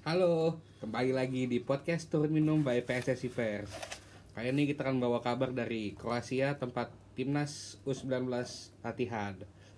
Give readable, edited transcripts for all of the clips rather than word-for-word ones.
Halo, kembali lagi di podcast Turun Minum by PSSI Fairs. Kali ini kita akan bawa kabar dari Kroasia, tempat timnas U19 latihan.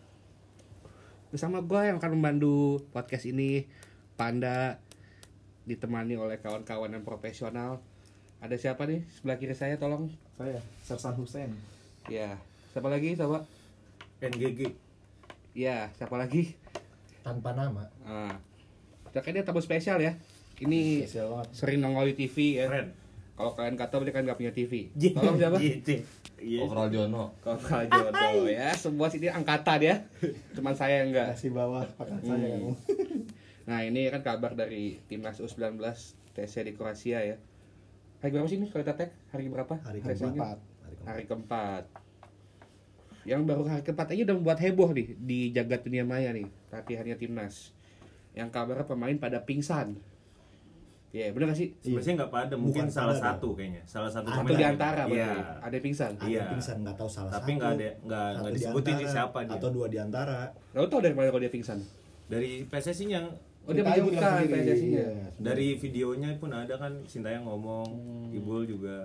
Bersama gue yang akan membantu podcast ini, Panda, ditemani oleh kawan-kawan yang profesional. Ada siapa nih sebelah kiri saya, tolong? Saya, Sersan Hussein. Ya, siapa lagi, coba? NGG. Ya, siapa lagi? Tanpa nama. Nah, kayaknya tamu spesial ya. Ini Spesial banget. sering nongol di TV ya. Keren. Kalau kalian kata berarti kan nggak punya TV. Tolong siapa? Iya. Kokral Jono. Kokral Jono ya. Semua sini angkatan ya. Cuman saya yang enggak. Kasih bawah pakan saya kamu. Nah, ini kan kabar dari timnas U19 TC di Kroasia ya. Hari berapa sih ini kalau kita tag? Hari berapa? Hari TC-nya? keempat. Hari keempat. Yang baru hari keempat aja udah membuat heboh nih di jagat dunia maya nih latihannya timnas. Yang kabarnya pemain pada pingsan. Ya, bener gak sih? Sebenarnya nggak pada, mungkin Bukan salah pada satu kayaknya. Salah satu Atau di antara Iya. berarti. Ada yang pingsan. Ada Iya. pingsan nggak tahu salah Tapi satu. nggak satu disebutin di sih antara, siapa dia. atau dua di antara. Lo tau dari mana kalau dia pingsan? Dari PSSI-nya, Oh, dia Sintayong menyebutkan bilang sendiri, PSSI-nya. iya. dari videonya pun ada kan Sintayong ngomong, Ibul juga.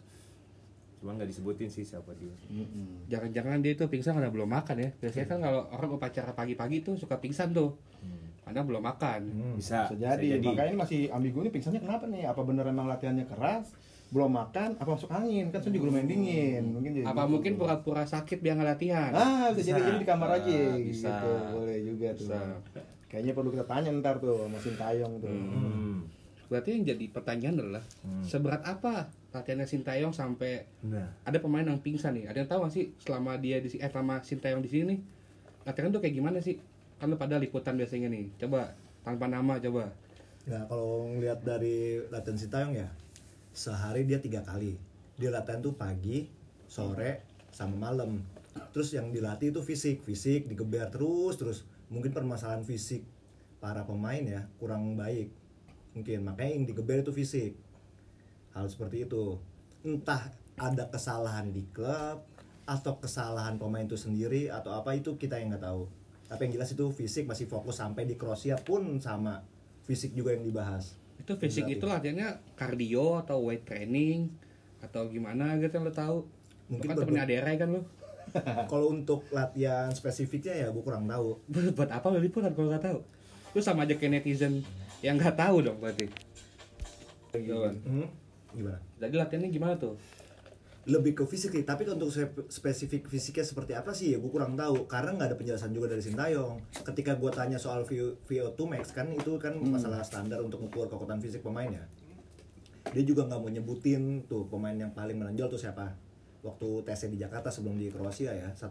Cuman nggak disebutin sih siapa dia. Jangan-jangan dia itu pingsan karena belum makan ya. Biasanya kan kalau orang upacara pagi-pagi tuh suka pingsan tuh. Karena belum makan. Bisa Jadi. Makanya ini masih ambigu nih pingsannya kenapa nih? Apa bener emang latihannya keras? Belum makan? Apa masuk angin? Kan sudah juga main dingin. Mungkin jadi Apa gitu. mungkin pura-pura sakit biar nggak latihan? Bisa jadi di kamar aja Bisa. gitu. Boleh juga tuh. Bisa. Kayaknya perlu kita tanya ntar tuh sama Sintayong tuh. Berarti yang jadi pertanyaan adalah seberat apa latihannya Sintayong sampai Nah, ada pemain yang pingsan nih? Ada yang tahu nggak sih selama dia di selama Sintayong di sini nih latihan tuh kayak gimana sih? Kan lu pada liputan biasanya nih. Coba tanpa nama coba. Ya kalau ngeliat dari latihan Sintayong ya, sehari dia 3 kali. Dia latihan tuh pagi, sore, sama malam. Terus yang dilatih itu fisik digeber terus. Mungkin permasalahan fisik para pemain ya kurang baik. Mungkin makanya yang digeber itu fisik. Hal seperti itu. Entah ada kesalahan di klub atau kesalahan pemain itu sendiri atau apa itu kita yang nggak tahu. Tapi yang jelas itu fisik masih fokus sampai di Kroasia pun sama fisik juga yang dibahas. Itu fisik Berarti. itu latihannya kardio atau weight training atau gimana gitu yang lo tahu? Mungkin Kan temennya Adera kan lo. Kalau untuk latihan spesifiknya ya gue kurang tahu. Buat apa lo liputan kalau nggak tahu? Lu sama aja kayak netizen yang nggak tahu dong berarti. Coba. Gimana? Jadi latihannya gimana tuh? Lebih ke fisik sih, tapi untuk spesifik fisiknya seperti apa sih ya gue kurang tahu karena nggak ada penjelasan juga dari Sintayong. Ketika gue tanya soal VO2 max kan itu kan masalah standar untuk mengukur kekuatan fisik pemain ya. Dia juga nggak mau nyebutin tuh pemain yang paling menonjol tuh siapa. Waktu tesnya di Jakarta sebelum di Kroasia ya, 2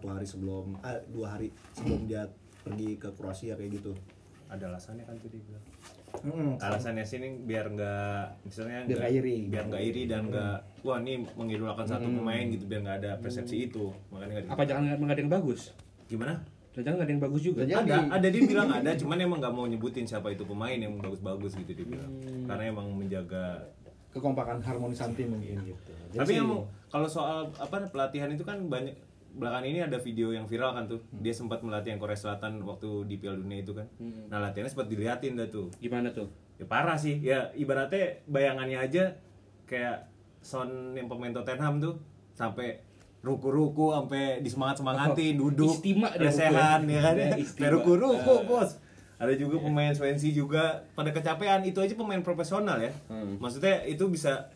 hari sebelum dia pergi ke Kroasia kayak gitu. ada alasannya kan tuh dia bilang. Alasannya sini biar nggak, misalnya Biar nggak iri. biar nggak iri dan nggak, wah ini mengidolakan satu pemain gitu, biar nggak ada persepsi itu, makanya nggak. Apa jangan nggak ada yang bagus? Gimana? Jangan nggak ada yang bagus juga. Jadi. Ada dia bilang ada, cuman emang nggak mau nyebutin siapa itu pemain yang bagus-bagus gitu dia bilang, karena emang menjaga. Kekompakan harmonisan tim mungkin gitu. Jadi Tapi sih, emang kalau soal apa pelatihan itu kan banyak, belakangan ini ada video yang viral kan tuh, dia sempat melatih yang Korea Selatan waktu di Piala Dunia itu kan. Nah latihannya sempat diliatin dah tuh. Gimana tuh? Ya parah sih, ya ibaratnya bayangannya aja kayak Son yang pemain Tottenham tuh sampai ruku-ruku sampai disemangat-semangatin, duduk, Istimewa dia lesehan ruku ya. ya kan. Ya, Kayak istimewa. ruku-ruku, Bos. Ada juga pemain Swansea juga pada kecapean, itu aja pemain profesional ya. Maksudnya itu bisa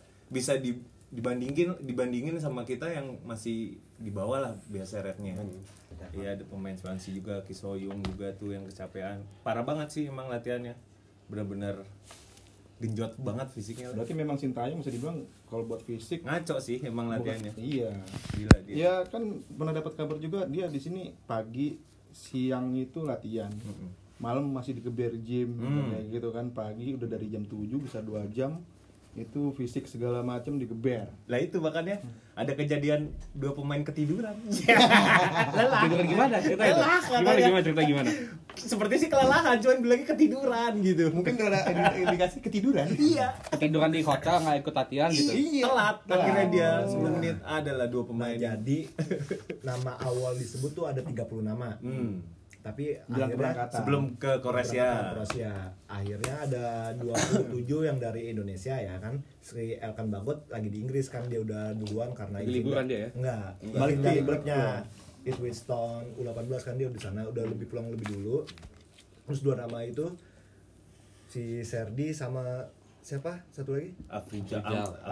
dibandingin sama kita yang masih di bawah lah biasa rate-nya. Iya, ada pemain Swansea juga, Ki Soyung juga tuh yang kecapean. Parah banget sih emang latihannya. Benar-benar genjot banget fisiknya. berarti memang Sintayong bisa dibilang kalau buat fisik Ngaco sih emang latihannya. iya. Gila dia. Ya kan pernah dapat kabar juga dia di sini pagi, siang itu latihan. Malam masih digeber gym kayak gitu kan. Pagi udah dari jam 7 bisa 2 jam. Itu fisik segala macam digeber. Lah itu makanya ada kejadian 2 pemain ketiduran. Tiduran gimana? Cerita itu. Lelah, katanya. Gimana cerita gimana? Seperti sih kelelahan, cuman bilangnya ketiduran gitu. Mungkin ada indikasi ketiduran. Iya. Ketiduran di hotel nggak ikut latihan gitu. Telat. Akhirnya dia 10 menit adalah 2 Nah, pemain. jadi nama awal disebut tuh ada 30 nama. Tapi Bilang akhirnya keberangkatan. Sebelum ke Kroasia. Kroasia. Akhirnya ada 27 yang dari Indonesia ya kan. Sri Elkan Bagot lagi di Inggris kan, dia udah duluan karena Lagi liburan dia ya? Enggak, Balik dari tim, klubnya Ipswich Town U18 kan, dia di sana udah lebih pulang lebih dulu. Terus dua nama itu si Serdi sama siapa? Satu lagi? Afrizal.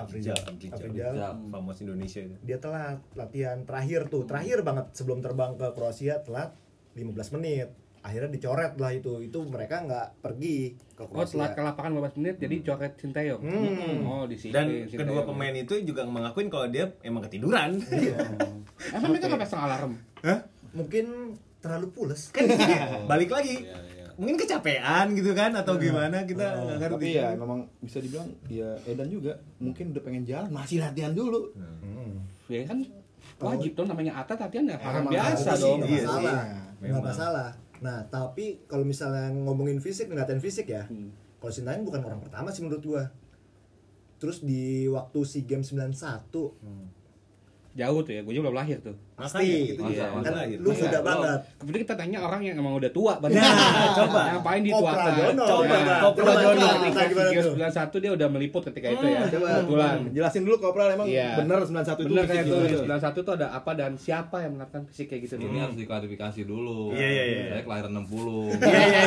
Famos Indonesia itu. Dia telat latihan terakhir banget sebelum terbang ke Kroasia, telat 15 menit. Akhirnya dicoret lah itu mereka nggak pergi ke Oh, setelah Kroasia. ke lapangan 15 menit jadi coret Sinteyong. Oh, di sini. Dan kedua pemain itu juga mengakuin kalau dia emang ketiduran. Emang mereka nggak pasang alarm? Hah? Mungkin terlalu pules. Kan balik lagi. Mungkin kecapean gitu kan atau gimana kita nggak ngerti. Tapi ya memang bisa dibilang ya Edan juga mungkin udah pengen jalan, masih latihan dulu. Ya kan wajib dong, namanya atlet latihan ya hal Emang biasa harus dong. sih, Nggak iya masalah, sih. nggak Memang. masalah. Nah tapi kalau misalnya ngomongin fisik, latihan fisik ya, kalau Sintayong bukan orang pertama sih menurut gua. Terus di waktu SEA Games 91 Jauh tuh ya, gue juga belum lahir tuh. pasti, Makanya, gitu iya, kan lahir. lu Iya, sudah belum. banget. Kemudian kita tanya orang yang emang udah tua banget. Nah, coba. Ngapain Kopra dituakan? Jono. Coba. Nah, Kopra Kopra Jono. Jono. Nah, Ketika gimana SEA tuh? Games 91 dia udah meliput ketika itu ya. Coba. Kebetulan. Jelasin dulu Kopral emang Iya. bener 91 itu Bener fisik kayak itu, gimana? 91 tuh ada apa dan siapa yang melakukan fisik kayak gitu. Ini harus diklarifikasi dulu. Iya. Saya kelahiran 60.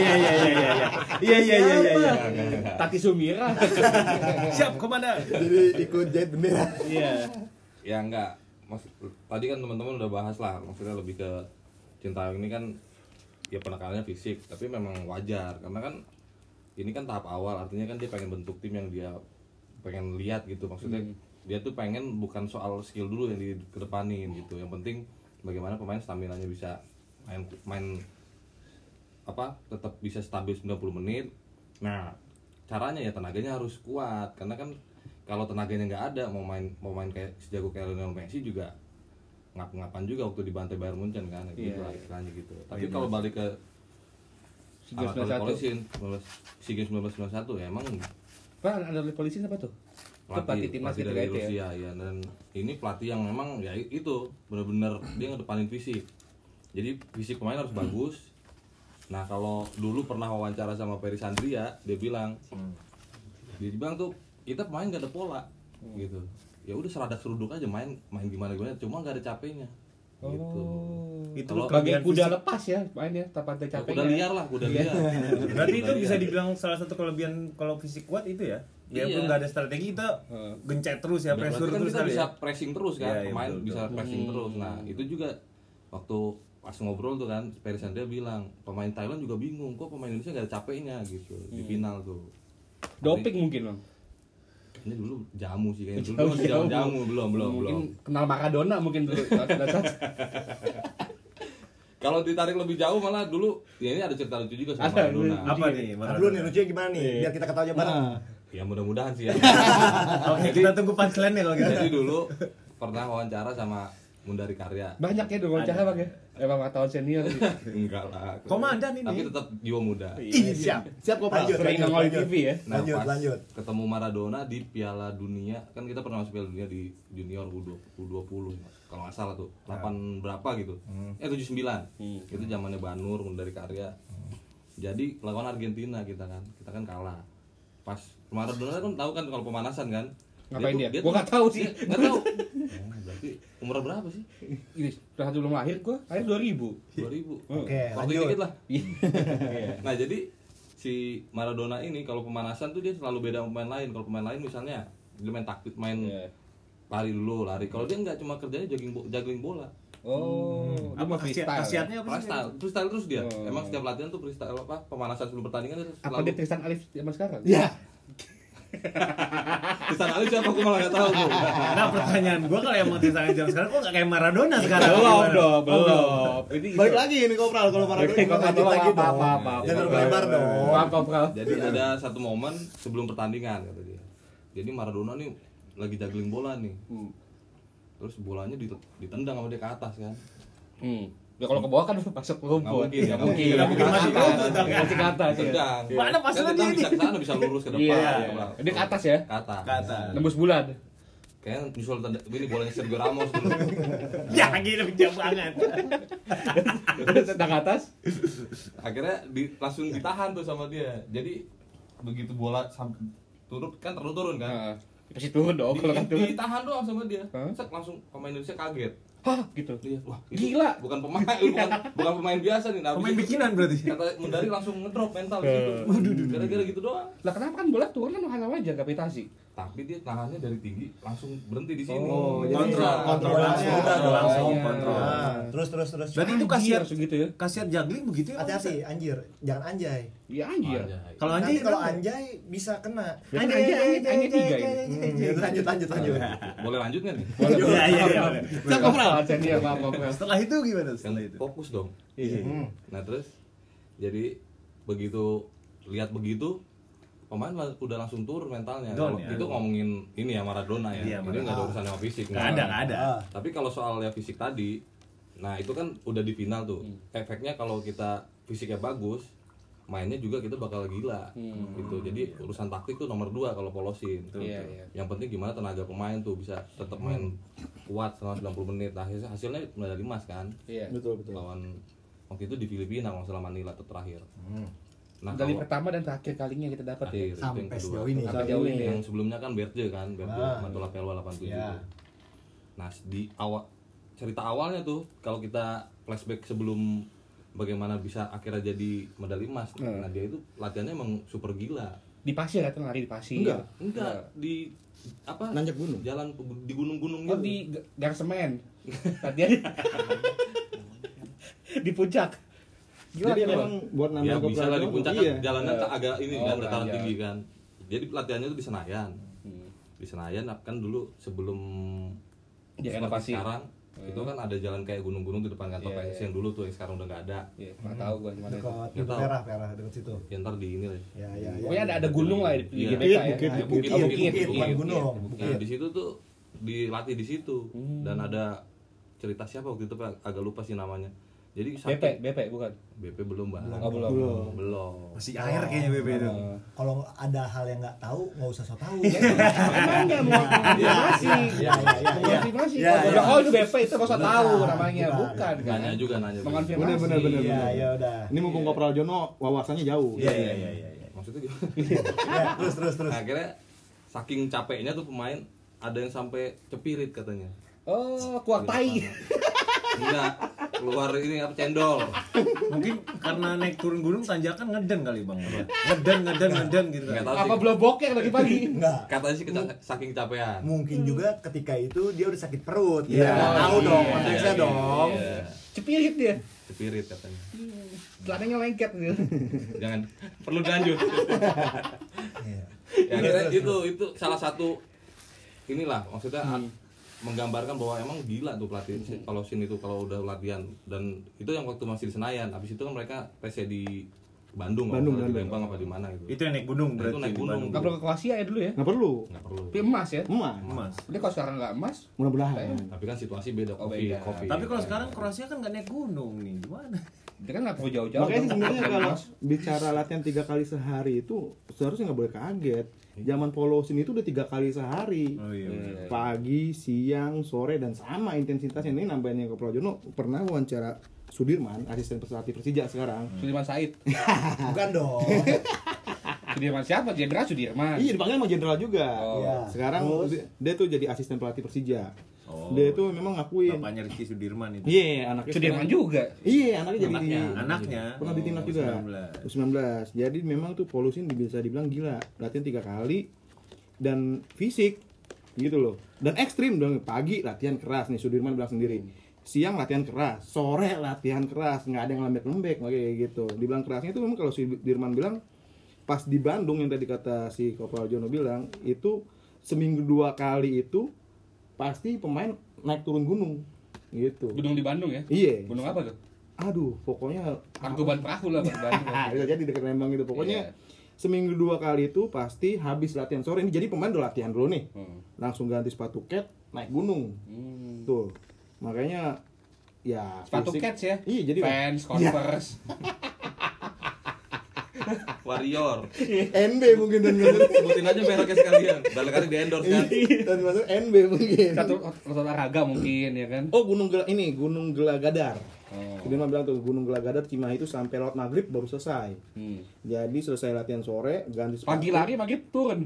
Iya. Tati Sumira. Siap komandan. Jadi ikut jahit bendera. Iya. Ya enggak. Tadi kan teman-teman udah bahas lah, maksudnya lebih ke Sintayong ini kan ya penekanannya fisik, tapi memang wajar karena kan ini kan tahap awal, artinya kan dia pengen bentuk tim yang dia pengen lihat gitu, maksudnya dia tuh pengen bukan soal skill dulu yang dikedepanin gitu, yang penting bagaimana pemain staminanya bisa main apa tetap bisa stabil 90 menit. Nah caranya ya tenaganya harus kuat, karena kan kalau tenaganya nggak ada mau main kayak sejago kayak Lionel Messi juga ngap-ngapan juga waktu dibantai Bayern Munchen kan gitu lah istilahnya gitu. Tapi kalau balik ke SEA Games alat 91. polisi SEA Games 1991 ya emang Pak, ada polisi siapa tuh? Itu pelatih timnas pelatih ketika dari itu ya. Rusia ya, dan ini pelatih yang memang ya itu benar-benar dia ngedepanin fisik. Jadi fisik pemain harus bagus. Nah kalau dulu pernah wawancara sama Ferry Sandria, dia bilang tuh kita pemain gak ada pola gitu. Ya udah seradak seruduk aja main gimana cuma gak ada capeknya gitu. Itu Kalau Bagai kelebihan kuda fisik. lepas ya mainnya tanpa ada capek. kuda liar lah, kuda liar. Berarti itu Kuda bisa liar. dibilang salah satu kelebihan kalau fisik kuat itu ya. Ya Iya. pun nggak ada strategi kita gencet terus ya, Berarti pressure kan terus kita kali bisa ya. pressing terus kan, Iya, iya, pemain betul, bisa pressing terus. Nah itu juga waktu pas ngobrol tuh kan, Ferry Sandria bilang pemain Thailand juga bingung kok pemain Indonesia gak ada capeknya gitu di final tuh. Doping mungkin Bang. Ini dulu jamu sih kayaknya, dulu masih jamu belum. Mungkin kenal Maradona mungkin dulu. Kalau ditarik lebih jauh malah dulu ya ini ada cerita lucu juga sama Ada, Maradona. Apa nih? Nah, dulu nih lucunya gimana nih? Biar kita ketawa aja bareng. Ya mudah-mudahan sih ya. Oke, kita tunggu punchline ya kalau gitu. Jadi dulu pernah wawancara sama Mundari Karya. Banyak ya dong wawancara Bang ya. Emang tahun senior sih. Enggak lah. Komandan ini. Tapi tetap jiwa muda. Ih, siap kok lanjut. Sering nongol di TV ya. Nah, Lanjut, pas lanjut. ketemu Maradona di Piala Dunia, kan kita pernah masuk Piala Dunia di junior U20 kalau nggak salah tuh 8 berapa gitu, 79. Itu zamannya Banur dari Karya. Jadi lawan Argentina kita kan kalah. Pas Maradona kan tahu kan kalau pemanasan kan. Ngapain dia? tuh- Gua nggak tahu sih. Nggak tahu. Berarti umur berapa sih? Ini udah belum lahir gua, lahir 2000. 2000. Oke, Waktu lanjut. dikit lah. Nah jadi si Maradona ini kalau pemanasan tuh dia selalu beda sama pemain lain. Kalau pemain lain misalnya dia main taktik, main lari dulu, lari. Kalau dia nggak, cuma kerjanya juggling bola. Oh, dia mah freestyle. Khasiatnya apa sih? Freestyle terus dia. Emang setiap latihan tuh freestyle apa? Pemanasan sebelum pertandingan dia Apa selalu. dia Tristan Alif zaman sekarang? Ya. Tristan Ali siapa? Aku malah nggak tahu tuh. Nah pertanyaan gua kalau emang misalnya jam sekarang kok nggak kayak Maradona sekarang? Belum Gimana? dong, belum. Ini Balik lagi ini Kopral kalau Maradona Oke, Kopral, lanjut lagi dong. apa. Jangan lebar dong. Maaf, Kopral. Jadi ada satu momen sebelum pertandingan kata dia. Jadi Maradona nih lagi juggling bola nih. Terus bolanya ditendang sama dia ke atas kan. Ya kalau ke bawah kan masuk ke rumput. Nggak mungkin. Nggak mungkin masuk ke Masuk atas. Masih ke atas. ya. Tendang. Mana pas Kan lu tendang dia bisa nih? ke sana, bisa lurus ke depan. Iya. ke belakang. Dia ke atas ya. Ke atas. Kata. Nembus bulan. kayaknya nyusul ini bolanya Sergio Ramos dulu. Ya gitu jauh banget. Tendang atas. Akhirnya langsung ditahan tuh sama dia. Jadi begitu bola turun kan turun kan. Heeh. Pasti turun dong kalau kan turun. Ditahan doang sama dia. Hah? Set langsung pemain Indonesia kaget. Hah, gitu. Iya, wah, itu Gila. bukan bukan pemain biasa nih. Nah, Pemain habis itu bikinan berarti. Kata Mundari langsung ngedrop mental di situ. Gara-gara gitu doang. Lah kenapa kan bola turun kan hal wajar gravitasi. Tapi dia tahannya dari tinggi langsung berhenti di sini. Oh, jadi kontrol langsung. Udah tuh langsung Iya. kontrol. Nah, terus. Berarti itu Anjir, kasiat segitu ya. kasiat juggling begitu ya. Hati-hati, anjir, jangan anjay. Iya anjir. Kalau Nanti anjay kalau kenapa? anjay bisa kena. Anjay tiga ini. Lanjut. Boleh lanjut nggak nih? Iya iya. Siap Kopral. Senior maaf Kopral. Setelah itu gimana Kan setelah itu? fokus dong. Iya. Nah terus jadi begitu lihat begitu pemain udah langsung turun mentalnya. Down Kalau ya. itu ngomongin ini ya Maradona ya. Iya, Ini nggak ada urusan sama fisik. Nggak ada. Tapi kalau soal ya fisik tadi, nah itu kan udah di final tuh. Efeknya kalau kita fisiknya bagus, mainnya juga kita bakal gila. Gitu. Jadi urusan taktik tuh nomor 2 kalau polosin. Iya, iya. Yang penting gimana tenaga pemain tuh bisa tetap main kuat selama 90 menit. Nah, hasilnya medali emas kan. Iya. Betul. Lawan waktu itu di Filipina kalau salah Manila tuh terakhir. Nah, Dari kalau pertama dan terakhir kalinya kita dapat ya. terakhir, itu yang Sampai kedua. sejauh ini. Sampai jauh ini. Yang sebelumnya kan Berge kan, Berge Matola Pelwa 87 Iya. tuh. Nah, di awal cerita awalnya tuh kalau kita flashback sebelum bagaimana bisa akhirnya jadi medali emas. Nah, dia itu latihannya emang super gila. Di pasir kan lari di pasir. Enggak, di apa? Nanjak gunung. Jalan di gunung-gunung Oh gitu. di gang semen. Latihan di puncak. Gila Jadi gila. memang buat Ya nambah bisa lah di puncak kan iya. jalannya tak agak ini Oh, kan dataran beranjak. tinggi kan. Jadi latihannya tuh di Senayan. Di Senayan kan dulu sebelum Ya, seperti renovasi. sekarang itu kan ada jalan kayak gunung-gunung di depan kantor Iya, PSSI iya. yang dulu tuh yang sekarang udah nggak ada. Iya, enggak tahu gua gimana itu. Dekat pintu tahu. merah dekat situ. Ya ntar di ini lah. Ya. Pokoknya ada gunung lah di Iya. GBK ya. Bukit, Ah, bukit. Bukit, bukan gunung. Nah, di situ tuh dilatih di situ dan ada cerita siapa waktu itu Pak? Agak lupa sih namanya. Jadi BP bukan. BP belum Bang. Oh, belum. Belum. Masih air kayaknya BP itu. Kalau ada hal yang nggak tahu, nggak usah so tahu. Namanya mau konfirmasi. Iya. Konfirmasi. Iya, Kalau iya. oh itu BP itu enggak usah tahu namanya. Bukan. Bukan kan. Nanya juga. Mengonfirmasi. Bener. Iya, ya udah. Ini mumpung Kopral Jono wawasannya jauh. Iya. Maksudnya gimana? Ya, terus. Nah, akhirnya saking capeknya tuh pemain ada yang sampai cepirit katanya. Oh, kuah tai. Enggak, keluar ini apa cendol. Mungkin karena naik turun gunung tanjakan ngeden kali Bang. Ngeden gitu Enggak kan. tahu Apa sih. belum bokeh lagi pagi? Enggak. Katanya sih saking capean. Mungkin juga ketika itu dia udah sakit perut. Iya. Kita nggak tahu Iya, dong iya, konteksnya Iya, dong. iya. Cepirit dia. Cepirit katanya. Celananya lengket gitu. Jangan perlu dilanjut. Iya. Ya, akhirnya itu salah satu inilah maksudnya menggambarkan bahwa emang gila tuh pelatih kalau Sin itu kalau udah latihan dan itu yang waktu masih di Senayan habis itu kan mereka tes di Bandung Bandung, di Bandung. Lembang apa di mana gitu. Itu yang naik gunung Itu berarti. naik di gunung. Bandung. Enggak perlu ke Kroasia ya dulu ya. Nggak perlu. Nggak perlu. Tapi emas ya. Emas. Emas. Jadi kalau sekarang enggak emas, Mudah-mudahan. Tapi kan situasi beda Oh, Covid, beda. Covid. Tapi kalau sekarang Kroasia kan nggak naik gunung nih, gimana? dia kan enggak perlu jauh-jauh. Makanya sih sebenarnya Dari kalau emas. bicara latihan 3 kali sehari itu seharusnya nggak boleh kaget. Zaman polosin itu udah 3 kali sehari. Oh iya. Pagi, siang, sore dan sama intensitasnya. Ini nambahin yang Kopral Jono pernah wawancara Sudirman, asisten pelatih Persija sekarang. Sudirman Said. Bukan dong. Sudirman siapa? Jenderal Sudirman. Iya dipanggil sama jenderal juga. Oh. Iya. Sekarang Terus? dia tuh jadi asisten pelatih Persija. Oh. Dia tuh memang ngakuin. Bapaknya Rizky Sudirman itu. Iya, anaknya Sudirman sekarang- juga. Iya, anaknya jadi Anaknya. pernah di timnas juga. 19. Jadi memang tuh polusin bisa dibilang gila. Latihan 3 kali dan fisik gitu loh. Dan ekstrim dong. Pagi latihan keras nih Sudirman bilang sendiri. Siang latihan keras, sore latihan keras, nggak ada yang lembek-lembek kayak gitu. Dibilang kerasnya itu memang kalau Sudirman bilang pas di Bandung yang tadi kata si Kopral Jono bilang itu seminggu 2 kali itu pasti pemain naik turun gunung gitu. Gunung di Bandung ya? Iya. Gunung apa tuh? Aduh, pokoknya Tangkuban Perahu lah Bandung. bisa jadi dekat Lembang gitu. Pokoknya Iya. seminggu 2 kali itu pasti habis latihan sore ini. Jadi pemain udah latihan dulu nih. Langsung ganti sepatu cat, naik gunung. Tuh. Makanya ya Sepatu fisik- cats ya? Iya, jadi Fans, Converse. Warrior. NB mungkin dan Sebutin aja mereknya sekalian. Barangkali di endorse kan. dan masuk NB mungkin. Satu olahraga mungkin ya kan. Oh Gunung Gelagadar. Oh. Jadi mah bilang tuh Gunung Gelagadar Cimahi itu sampai lewat maghrib baru selesai. Jadi selesai latihan sore ganti sepatu. Pagi lari, pagi turun.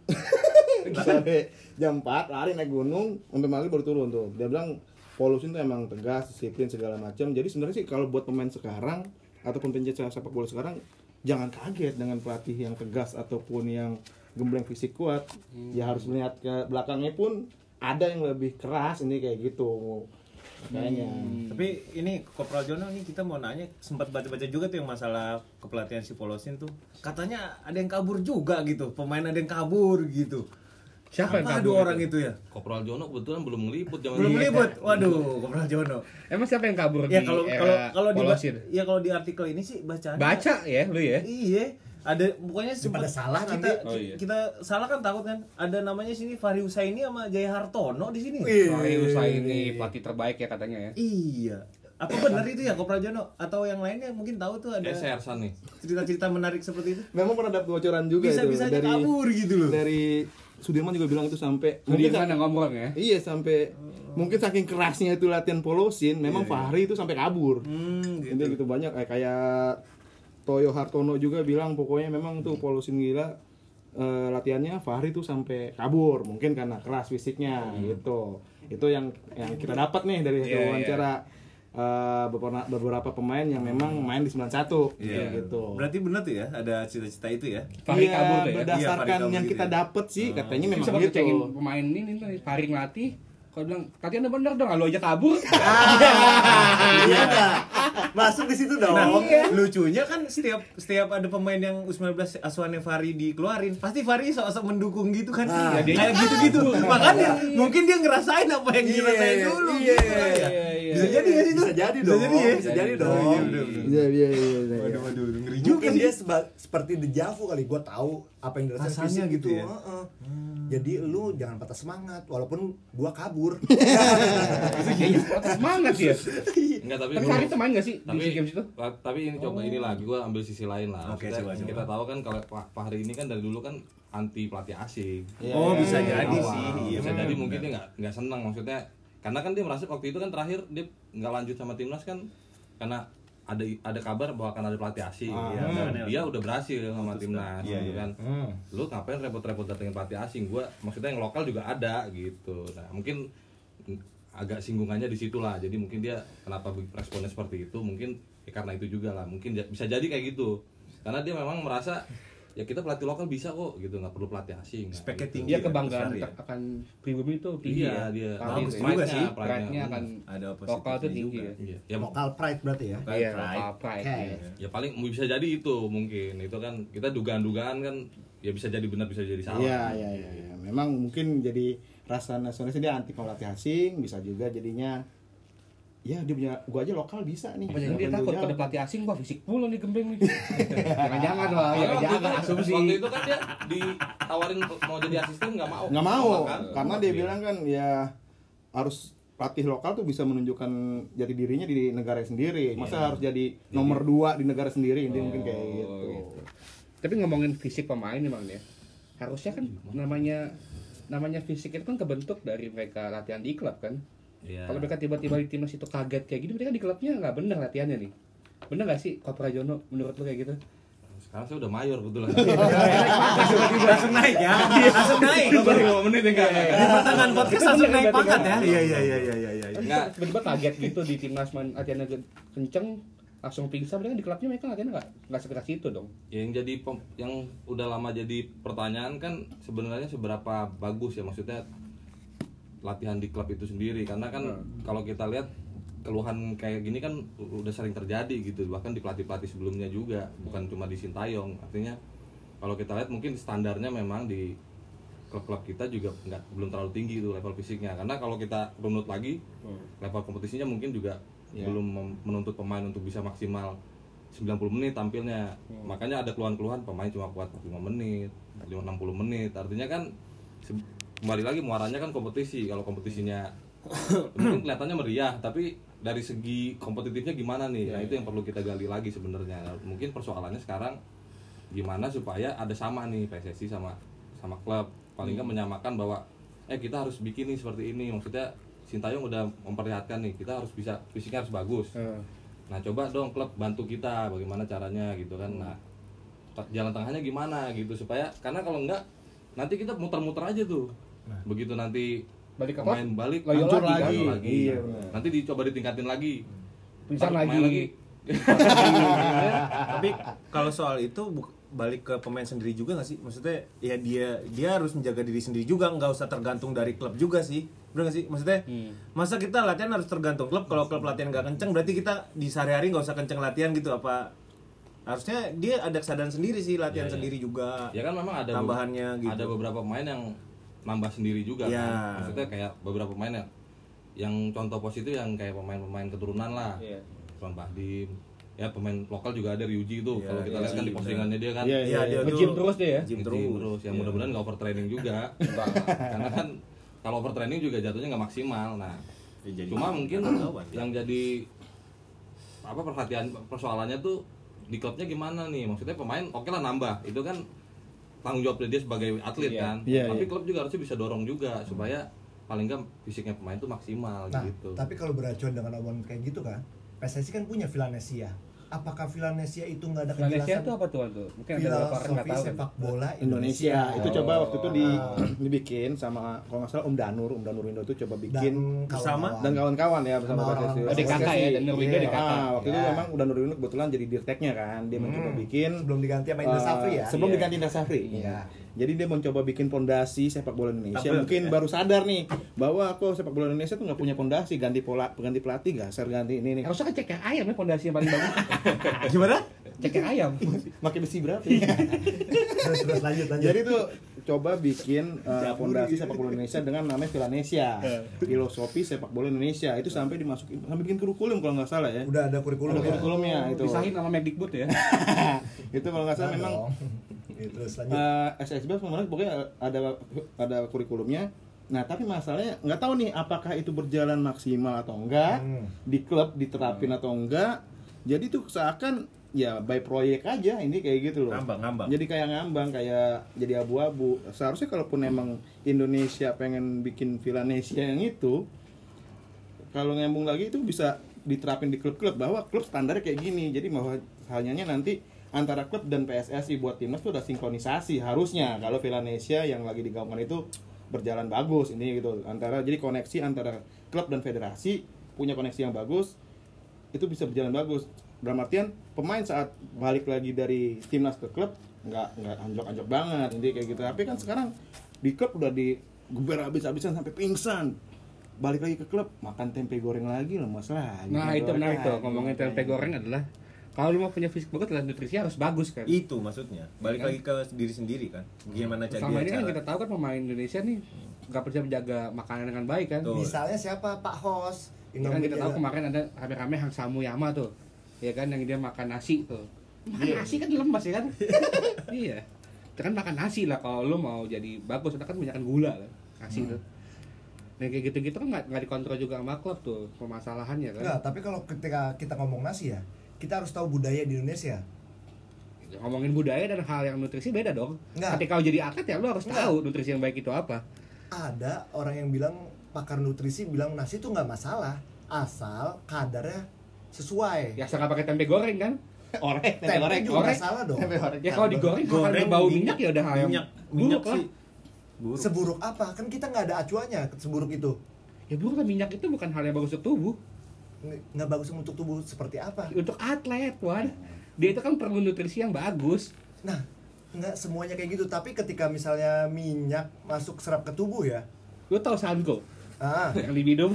Sampai jam 4 lari naik gunung sampai maghrib baru turun tuh. Dia bilang polusi itu emang tegas, disiplin segala macam. Jadi sebenarnya sih kalau buat pemain sekarang ataupun pencetak sepak bola sekarang jangan kaget dengan pelatih yang tegas ataupun yang gembleng fisik kuat. Ya harus melihat ke belakangnya pun ada yang lebih keras ini kayak gitu. Kayaknya. Tapi ini Kopral Jono nih kita mau nanya, sempat baca-baca juga tuh yang masalah kepelatihan si Polosin tuh. Katanya ada yang kabur juga gitu, pemain ada yang kabur gitu. Siapa yang Apa kabur dua itu? orang itu ya? Kopral Jono kebetulan belum ngeliput zaman Belum itu. libut. Waduh, Kopral Jono. Emang siapa yang kabur Ya di kalau era di Polosin? ya kalau di artikel ini sih bacaan. Baca ya lu ya. Iya, ada pokoknya Daripada salah kita, nanti. Oh, iya. kita salah kan takut kan. Ada namanya sini Fahri Husaini sama Jaya Hartono di sini. Usaha ini pelatih terbaik ya katanya ya. Iya. Apa benar itu ya Kopral Jono atau yang lainnya mungkin tahu tuh ada Sersan nih. cerita-cerita menarik seperti itu? Memang pernah dapat bocoran juga Bisa-bisa itu aja kabur gitu loh. Dari Sudirman juga bilang itu sampai Sudirman yang ngomong ya. Iya sampai mungkin saking kerasnya itu latihan Polosin, memang Fahri itu sampai kabur. Gitu. Jadi gitu banyak kayak Toyo Hartono juga bilang pokoknya memang tuh Polosin gila latihannya Fahri tuh sampai kabur, mungkin karena keras fisiknya gitu. Itu yang kita dapat nih dari hasil wawancara beberapa pemain yang memang main di 91 gitu. Berarti benar tuh ya, ada cita-cita itu ya. Fahri Iya, kabur tuh ya. berdasarkan Iya, Fahri kabur yang gitu kita ya. dapat sih katanya memang Bisa gitu. cengin pemain ini nih, Fahri ngelatih. Kalau bilang latihan udah bener dong, lu aja kabur. Iya enggak? Masuk di situ dong. Nah, lucunya kan setiap ada pemain yang U19 asuhannya Fahri dikeluarin, pasti Fahri sok-sok mendukung gitu kan. Nah, Ya, kayak gitu-gitu. Makanya mungkin dia ngerasain apa yang dirasain dulu iya, gitu kan ya. iya. Bisa jadi nggak sih itu? Bisa jadi dong. ya? Bisa jadi dong. Iya. Waduh, ngeri juga Mungkin sih. dia seperti dejavu kali, gue tahu apa yang dirasain Rasanya fisik gitu itu. ya? Heeh. Jadi lu jangan patah semangat walaupun gua kabur. Kayaknya semangat ya. Enggak, tapi Tapi Fahri tuh main gak sih di tapi SEA Games itu? tapi ini coba ini lagi gua ambil sisi lain lah. Oke, Maksudnya, coba. kita tahu kan kalau Fahri ini kan dari dulu kan anti pelatih asing. Oh, bisa jadi Awal. sih. Iya, Bisa benar. jadi mungkin dia nggak senang, maksudnya karena kan dia merasa waktu itu kan terakhir dia nggak lanjut sama timnas kan karena ada kabar bahwa akan ada pelatih asing. Dan dia udah berhasil sama timnas gitu kan. Lu ngapain repot-repot datengin pelatih asing? Gua maksudnya yang lokal juga ada gitu. Nah, mungkin agak singgungannya di situ lah. Jadi mungkin dia kenapa responnya seperti itu? Mungkin ya karena itu juga lah. Mungkin bisa jadi kayak gitu. Karena dia memang merasa ya kita pelatih lokal bisa kok gitu, nggak perlu pelatih asing. Speknya Gitu. tinggi. Dia ya, kebanggaan besar ya. akan pribumi itu tinggi. Iya, dia Fahri bagus itu juga ya. sih. Pride-nya akan Ada lokal positifnya tuh tinggi juga. ya. Iya. Ya, Lokal pride berarti ya. Iya, Pride. lokal pride. Oke. Iya. ya paling bisa jadi itu mungkin. Itu kan kita dugaan-dugaan kan ya bisa jadi benar bisa jadi salah. Iya. Memang mungkin jadi rasa nasionalis dia anti pelatih asing, bisa juga jadinya ya dia punya gua aja lokal bisa nih. Apa jadi dia Tentunya. takut pada pelatih asing, wah fisik mulu nih gembeng nih. Jangan-jangan lah, Iya, waktu jangan itu- asumsi. Waktu itu kan dia ditawarin mau jadi asisten nggak mau. Nggak mau Kan? karena dia Iya. bilang kan ya harus pelatih lokal tuh bisa menunjukkan jati dirinya di negara sendiri. Masa harus jadi nomor 2 di negara sendiri, dia mungkin kayak gitu. Tapi ngomongin fisik pemain memang ya. Harusnya kan namanya fisik itu kan kebentuk dari mereka latihan di klub kan. Iya. Kalau mereka tiba-tiba di timnas itu kaget kayak gini, mereka di klubnya nggak bener latihannya nih. Bener nggak sih Kopral Jono menurut lu kayak gitu? Sekarang saya udah mayor kebetulan. Langsung naik ya. Langsung naik. Baru 5 menit enggak. Di pertengahan podcast langsung naik pangkat ya. Iya. Iya. Enggak. Tiba-tiba kaget gitu di timnas main latihannya kenceng, langsung pingsan. Mereka di klubnya mereka latihannya nggak sekeras itu dong. Yang udah lama jadi pertanyaan kan sebenarnya seberapa bagus ya, maksudnya latihan di klub itu sendiri, karena kan kalau kita lihat keluhan kayak gini kan udah sering terjadi gitu, bahkan di pelatih-pelatih sebelumnya juga, bukan cuma di Sintayong. Artinya kalau kita lihat mungkin standarnya memang di klub-klub kita juga belum terlalu tinggi itu level fisiknya, karena kalau kita runut lagi level kompetisinya mungkin juga belum menuntut pemain untuk bisa maksimal 90 menit tampilnya. Makanya ada keluhan-keluhan pemain cuma kuat 45 menit, 60 menit. Artinya kan kembali lagi muaranya kan kompetisi. Kalau kompetisinya mungkin kelihatannya meriah, tapi dari segi kompetitifnya gimana nih? Nah, itu yang perlu kita gali lagi sebenarnya. Mungkin persoalannya sekarang gimana supaya ada sama nih PSSI sama klub, paling nggak menyamakan bahwa kita harus bikin nih seperti ini. Maksudnya Sintayong udah memperlihatkan nih kita harus bisa, fisiknya harus bagus. Nah coba dong klub bantu kita bagaimana caranya gitu kan. Nah jalan tengahnya gimana gitu supaya, karena kalau enggak nanti kita muter-muter aja tuh. Begitu nanti Balik ke pemain balik hancur lagi. Iya, Nanti dicoba ditingkatin lagi. Pingsan Ntar main lagi. Tapi kalau soal itu balik ke pemain sendiri juga nggak sih? Maksudnya ya dia harus menjaga diri sendiri juga, nggak usah tergantung dari klub juga sih. Bener nggak sih? Maksudnya masa kita latihan harus tergantung klub? Kalau klub latihan nggak kenceng, berarti kita di sehari-hari nggak usah kenceng latihan gitu apa? Harusnya dia ada kesadaran sendiri sih, latihan sendiri juga. Ya kan memang ada tambahannya gitu. Ada beberapa pemain yang nambah sendiri juga kan. Maksudnya kayak beberapa pemain yang contoh positif yang kayak pemain-pemain keturunan lah. Tuan Bahdim. Ya pemain lokal juga ada Ryuji itu. Kalau kita lihat kan di postingannya dia kan. Iya, dia Nge-gym tuh terus dia ya. gym terus. Yang mudah-mudahan nggak overtraining juga. Karena kan kalau overtraining juga jatuhnya nggak maksimal. Nah, cuma mungkin yang jadi persoalannya tuh di klubnya gimana nih? Maksudnya pemain oke lah nambah. Itu kan tanggung jawab dia sebagai atlet kan. Tapi klub juga harusnya bisa dorong juga supaya paling nggak fisiknya pemain tuh maksimal gitu. Tapi kalau beracuan dengan omongan kayak gitu kan, PSSI kan punya Villanesia. Apakah Villanesia itu nggak ada Indonesia kejelasan? itu apa tuh? Mungkin ada beberapa orang nggak Filosofi tahu kan. sepak bola Indonesia. Itu Oh. coba waktu itu dibikin sama kalau nggak salah Om Danur Indo itu coba bikin bersama dan kawan-kawan ya bersama Sama PSSI. orang-orang DKK ya, Danur Indo DKK. Waktu itu memang Danur Indo kebetulan jadi dirteknya kan. Dia mencoba bikin sebelum diganti sama Indra Safri ya. Sebelum diganti Indra Safri. Iya. Jadi dia mencoba bikin pondasi sepak bola Indonesia. Mungkin baru sadar nih bahwa kok sepak bola Indonesia tuh nggak punya pondasi, ganti pelatih, gasar ganti ini nih. Harusnya kan ceker ayam ya pondasi yang paling bagus. gimana? Ceker ayam. Pakai besi berapa? Terus lanjut. Jadi tuh coba bikin pondasi sepak bola Indonesia dengan namanya Villanesia. Filosofi sepak bola Indonesia itu sampai dimasukin, sampai bikin kurikulum kalau nggak salah ya. Udah ada kurikulum. Ada kurikulumnya itu. Pisahin sama Mendikbud ya. Itu kalau nggak salah memang Terus lanjut. SSB pokoknya ada kurikulumnya. Nah tapi masalahnya nggak tahu nih apakah itu berjalan maksimal atau enggak di klub diterapin atau enggak. Jadi tuh seakan ya by proyek aja ini kayak gitu loh. Ngambang. Jadi kayak ngambang, kayak jadi abu-abu. Seharusnya kalaupun emang Indonesia pengen bikin Villanesia yang itu, kalau nyambung lagi itu bisa diterapin di klub-klub bahwa klub standarnya kayak gini. Jadi bahwa hanya nanti antara klub dan PSSI buat timnas itu udah sinkronisasi harusnya kalau Villanesia yang lagi digaungkan itu berjalan bagus ini gitu, antara jadi koneksi antara klub dan federasi punya koneksi yang bagus, itu bisa berjalan bagus. Dalam artian pemain saat balik lagi dari timnas ke klub nggak anjlok banget ini kayak gitu. Tapi kan sekarang di klub udah digeber habis-habisan sampai pingsan, balik lagi ke klub makan tempe goreng lagi lemas lagi. Nah itu menarik tuh, ngomongin tempe goreng adalah kalau lu mau punya fisik bagus, nutrisi harus bagus kan. Itu maksudnya. Balik lagi ke diri sendiri kan. Gimana Selama ini kan kita tahu kan pemain Indonesia nih nggak bisa menjaga makanan dengan baik kan. Misalnya siapa Pak Hos? Ya kan kita tahu kemarin ada rame-rame Hang Samuyama tuh, ya kan yang dia makan nasi tuh. Makan nasi kan lemas ya kan. Iya. Itu kan makan nasi lah kalau lu mau jadi bagus, itu kan banyak gula kan nasi tuh. Nah kayak gitu-gitu kan nggak dikontrol juga sama klub tuh permasalahannya kan. Enggak, tapi kalau ketika kita ngomong nasi ya, kita harus tahu budaya di Indonesia. Ngomongin budaya dan hal yang nutrisi beda dong. Enggak. Ketika kau jadi atlet ya lu harus tahu nutrisi yang baik itu apa. Ada orang yang bilang, pakar nutrisi bilang nasi itu nggak masalah asal kadarnya sesuai. Ya asal nggak pakai tempe goreng kan. Orek, Tempe juga nggak orek. salah dong. Ya kalau digoreng akan bau minyak ya udah hal yang minyak buruk lah. sih. Buruk. Seburuk apa? Kan kita nggak ada acuannya seburuk itu. Ya buruk lah, minyak itu bukan hal yang bagus untuk tubuh. Nggak bagus untuk tubuh seperti apa? Untuk atlet, Wan. Dia itu kan perlu nutrisi yang bagus. Nah, nggak semuanya kayak gitu. Tapi ketika misalnya minyak masuk serap ke tubuh ya, Lu tahu Sanko yang diminum?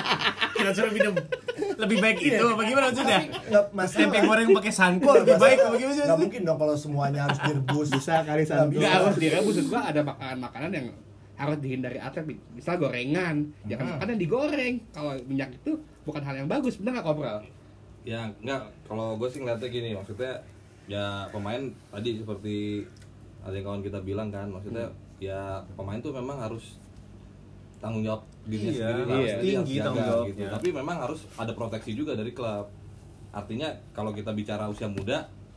Kita suruh minum. Lebih baik itu apa gimana maksudnya? nggak masalah. Tempe goreng pakai sanko lebih baik apa gimana sih? Nggak mungkin dong kalau semuanya harus direbus. bisa kali satu. Nggak harus direbus. Maksud gua ada makanan-makanan yang harus dihindari atlet. Misal gorengan, jangan makan yang digoreng. Kalau minyak itu bukan hal yang bagus, benar nggak Kopral? Ya enggak, kalau gue sih ngeliatnya gini, maksudnya ya pemain tadi seperti ada yang kawan kita bilang kan, maksudnya ya pemain tuh memang harus tanggung jawab dirinya Iya, sendiri lah, iya. maksudnya dia harus Tinggi jaga tanggung jawabnya. gitu. Tapi memang harus ada proteksi juga dari klub. Artinya kalau kita bicara usia muda,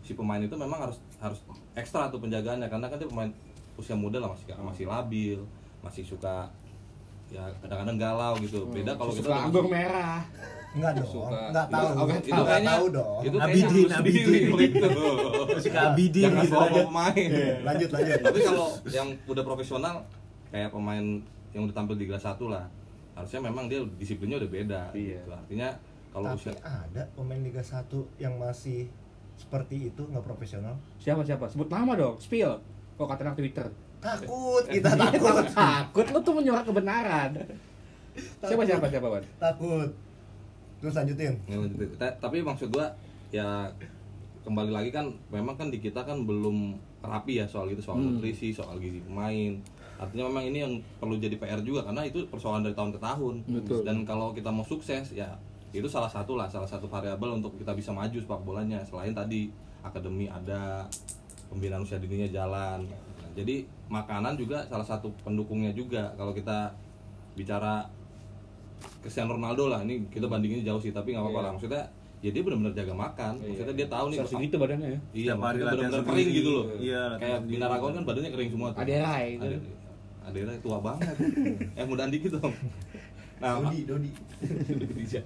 si pemain itu memang harus ekstra tuh penjagaannya, karena kan dia pemain usia muda lah, masih labil, masih suka ya kadang-kadang galau gitu. Beda kalau kita suka anggur merah. Enggak dong, Suka. enggak tahu. itu kayaknya tahu dong. itu kayaknya Abidin, harus sendiri gitu. Suka Abidin Jangan gitu bawa aja. pemain. Lanjut. Tapi kalau yang udah profesional kayak pemain yang udah tampil di Liga 1 lah, harusnya memang dia disiplinnya udah beda. Iya. Gitu. Artinya kalau Tapi usia ada pemain Liga 1 yang masih seperti itu, nggak profesional. Siapa? Sebut nama dong. Spill. Kok kata anak Twitter. Takut, kita takut. Takut lu tuh menyuarakan kebenaran. Siapa Wan? Takut. Terus lanjutin. ngelanjutin. Tapi maksud gua ya kembali lagi kan memang kan di kita kan belum rapi ya soal itu, soal nutrisi, soal gizi pemain. Artinya memang ini yang perlu jadi PR juga, karena itu persoalan dari tahun ke tahun. Betul. Dan kalau kita mau sukses ya itu salah satu variabel untuk kita bisa maju sepak bolanya. Selain tadi akademi ada, pembinaan usia dininya jalan. Nah, jadi makanan juga salah satu pendukungnya juga. Kalau kita bicara Cristiano Ronaldo lah, ini kita bandingin jauh sih, tapi nggak apa-apa lah. Maksudnya ya dia benar-benar jaga makan. Maksudnya dia tahu nih segitu badannya ya. iya, Tiap hari maksudnya latihan benar-benar sendiri. kering gitu loh. Iya, Kayak latihan Binaragon kan badannya kering semua tuh. Aderai itu. Aderai tua banget. Mudaan dikit dong. Nah, Dodi. Bisa.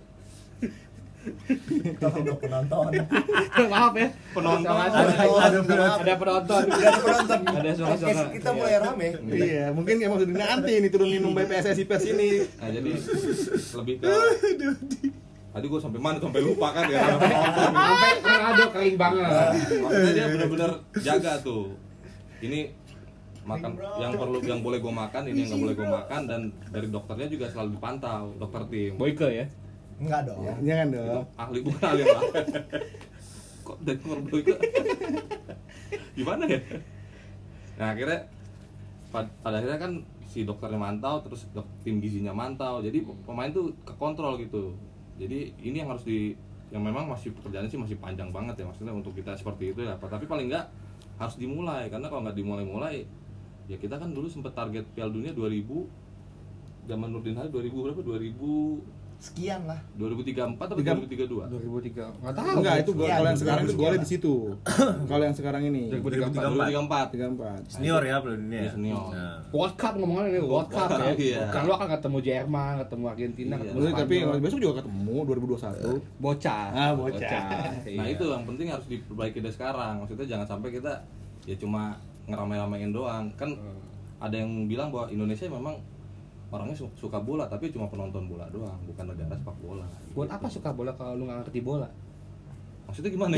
Tolong dong penonton. Maaf ya. Penonton. Ada penonton. Ada penonton. Ada suara-suara. Kita mulai rame. Iya, mungkin kayak maksudnya nanti ini turun minum by PSSI Pers ini. Nah, jadi lebih ke tadi gue sampai mana sampai lupa kan ya. Sampai Ronaldo kering banget. Maksudnya dia benar-benar jaga tuh. Ini makan yang boleh gue makan, ini yang nggak boleh gue makan, dan dari dokternya juga selalu dipantau, dokter tim. Boyke ya. Enggak dong. Jangan Itu dong. ahli, bukan ahli lah. Kok dari nomor Boyke? Gimana ya? Nah akhirnya pada akhirnya kan si dokternya mantau, terus tim gizinya mantau, jadi pemain tuh kekontrol gitu. Jadi ini yang harus yang memang masih pekerjaannya sih masih panjang banget ya, maksudnya untuk kita seperti itu ya. Tapi paling enggak harus dimulai, karena kalau nggak dimulai ya kita kan dulu sempat target Piala Dunia 2000 zaman Nurdin Halid 2000 berapa? 2000 Sekian lah. 2034 atau 2032? 2003. Enggak tahu. Enggak, itu Iya, kalau yang sekarang itu golnya 2003. di situ. Kalau yang sekarang ini 2034. 34. Senior ya Piala Dunia. Iya, senior. Nah. World Cup ngomongnya nih, World Cup ya. Iya. Kan lu akan ketemu Jerman, ketemu Argentina, Iya. ketemu Maksudnya, tapi Spanyol. besok juga ketemu 2021. Bocah. Bocah. Nah itu yang penting harus diperbaiki dari sekarang. Maksudnya jangan sampai kita ya cuma ngeramai-ramain doang. Kan ada yang bilang bahwa Indonesia memang orangnya suka bola, tapi cuma penonton bola doang, bukan negara sepak bola. Buat apa suka bola kalau lu nggak ngerti bola? Maksudnya gimana?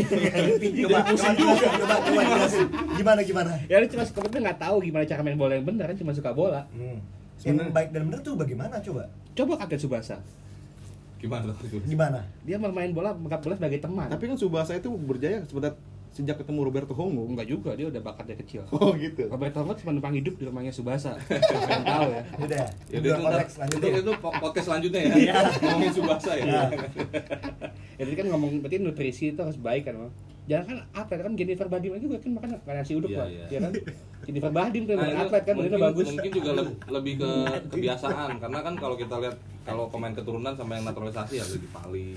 Coba jelasin. Gimana? Ya lu cuma suka bola, nggak tahu gimana cara main bola yang benar, kan cuma suka bola. Yang baik dan benar tuh bagaimana coba? Coba Kapten Tsubasa. Gimana tuh? Gimana? Dia bermain bola, menganggap bola sebagai teman. Tapi kan Tsubasa itu berjaya sebenarnya sejak ketemu Roberto Hongo. Enggak juga, dia udah bakat dari kecil. Oh gitu. Roberto Hongo cuma numpang hidup di rumahnya Tsubasa. Siapa yang tahu ya. Udah. Ya Udah itu konteks lanjutin. itu podcast selanjutnya ya. Ngomongin Tsubasa ya. Ya tadi kan ngomong berarti nutrisi itu harus baik kan, Bang. Jangan kan atlet kan Jennifer Badim aja juga kan makan nasi uduk Iya, lah, iya. ya kan? Jennifer Badim tuh Nah, bukan itu atlet kan, badannya bagus. mungkin juga lebih ke kebiasaan, karena kan kalau kita lihat kalau pemain keturunan sama yang naturalisasi ya lebih Pali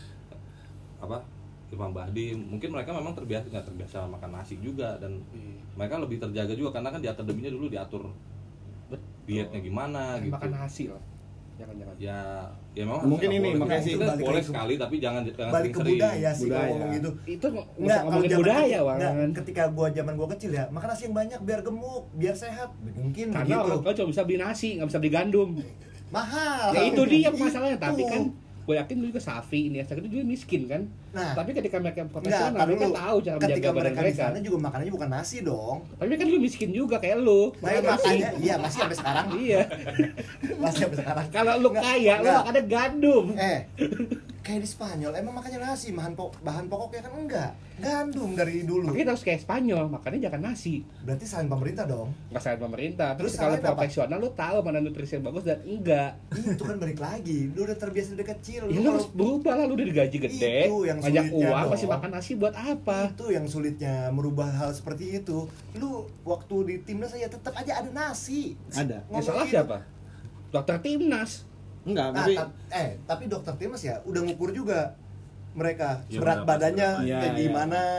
apa Irfan Bahdim, mungkin mereka memang nggak terbiasa makan nasi juga, dan mereka lebih terjaga juga karena kan di akademinya dulu diatur dietnya gimana gitu. Makan nasi lah. Jangan-jangan. Ya memang Mungkin nggak ini, boleh. makanya sih Maksudnya balik boleh lagi ke- sekali, tapi jangan Balik ke sering-sering. budaya sih kalau Budaya. ngomong gitu. Itu nggak usah Enggak, ngomongin zaman budaya, kecil- Bang. enggak, ketika zaman gua kecil ya, makan nasi yang banyak biar gemuk, biar sehat. Mungkin Karena begitu. orang tua cuma bisa beli nasi, nggak bisa beli gandum. Mahal. Ya itu dia masalahnya, tapi Itu. kan gue yakin lu juga Safi ini ya, itu juga miskin kan. Nah. Tapi ketika mereka Enggak, profesional, tar mereka dulu. tahu cara Ketika menjaga badan mereka di mereka. sana juga makanannya bukan nasi dong. Tapi kan lu miskin juga kayak lu. Makanya Makan nasi. makanya iya masih sampai sekarang. Iya. Masih sampai sekarang. Kalau lu Enggak, kaya, lu enggak. makannya gandum. Kayak di Spanyol emang makannya nasi, bahan pokoknya kan enggak. Gandum dari dulu. Makanya kita harus kayak Spanyol, makannya jangan nasi. Berarti salahin pemerintah dong. Nggak salah pemerintah. Terus Terus kalau salahin apa? profesional lu tahu mana nutrisi yang bagus dan enggak. Itu kan balik lagi. Lu udah terbiasa dari kecil. Ya lu harus berubah lah, lu udah digaji gede, Itu yang banyak sulitnya uang, dong. masih makan nasi buat apa? Itu yang sulitnya merubah hal seperti itu. Lu waktu di timnas aja tetap aja ada nasi. Ada. Yang salah gitu. siapa? Dokter timnas. Enggak, Nah, tapi tapi dokter timnas ya udah ngukur juga mereka Ya, berat berapa, badannya berapa. kayak Iya, gimana,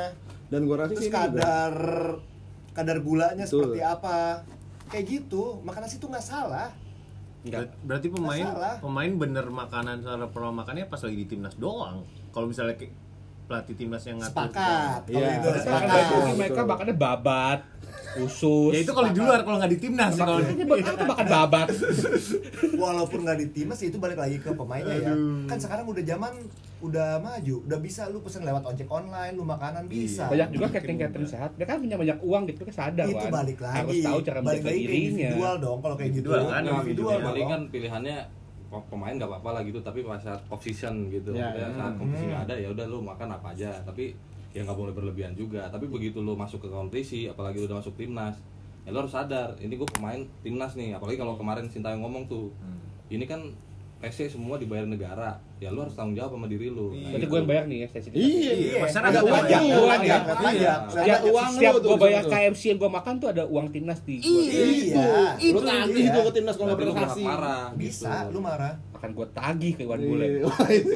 Dan gua rasa Terus sih ini juga. kadar gulanya Betul. seperti apa. Kayak gitu, makan nasi itu nggak salah. Enggak. Berarti Masalah. pemain bener makanan cara pola makannya pas lagi di timnas doang. Kalau misalnya pelatih timnas yang ngatur. Sepakat. Kalau Iya. itu Sepakat. sepakat. Betul. Mereka makannya babat, usus. Ya itu kalau di luar, kalau nggak di timnas sih kalau. Makanya buat apa makan babat? Walaupun nggak di timnas itu balik lagi ke pemainnya ya. Kan sekarang udah zaman udah maju, udah bisa lu pesen lewat ojek online, lu makanan bisa. Banyak juga catering sehat. Dia kan punya banyak uang gitu, kan sadar Itu kan. balik lagi. Harus tahu cara balik menjaga lagi ke dirinya. individual dong kalau kayak gitu. Individual kan, Nah, individual paling dong. kan pilihannya pemain nggak apa-apa lah gitu, tapi pas saat off season gitu, Ya, Maksudnya ya. saat kompetisi nggak ada ya udah lu makan apa aja, tapi ya nggak boleh berlebihan juga. Tapi begitu lu masuk ke kompetisi, apalagi lu udah masuk timnas, ya lu harus sadar, ini gue pemain timnas nih. Apalagi kalau kemarin Sintayong ngomong tuh, ini kan PC semua dibayar negara, ya lu harus tanggung jawab sama diri lu. Berarti gue yang bayar nih ya sesi. Iya, masyarakat ada yang uang bayar. Uang ya. Pajak. Ada uang Setiap lu tuh gue di bayar situ. KFC yang gue makan tuh ada uang timnas di gua. Iya. Lu tagih Iya. tuh ke timnas kalau nggak Berarti lu prestasi. berhak marah. Bisa, gitu. lu marah. Akan gue tagih ke Iwan Bule. Iya. Wah, itu.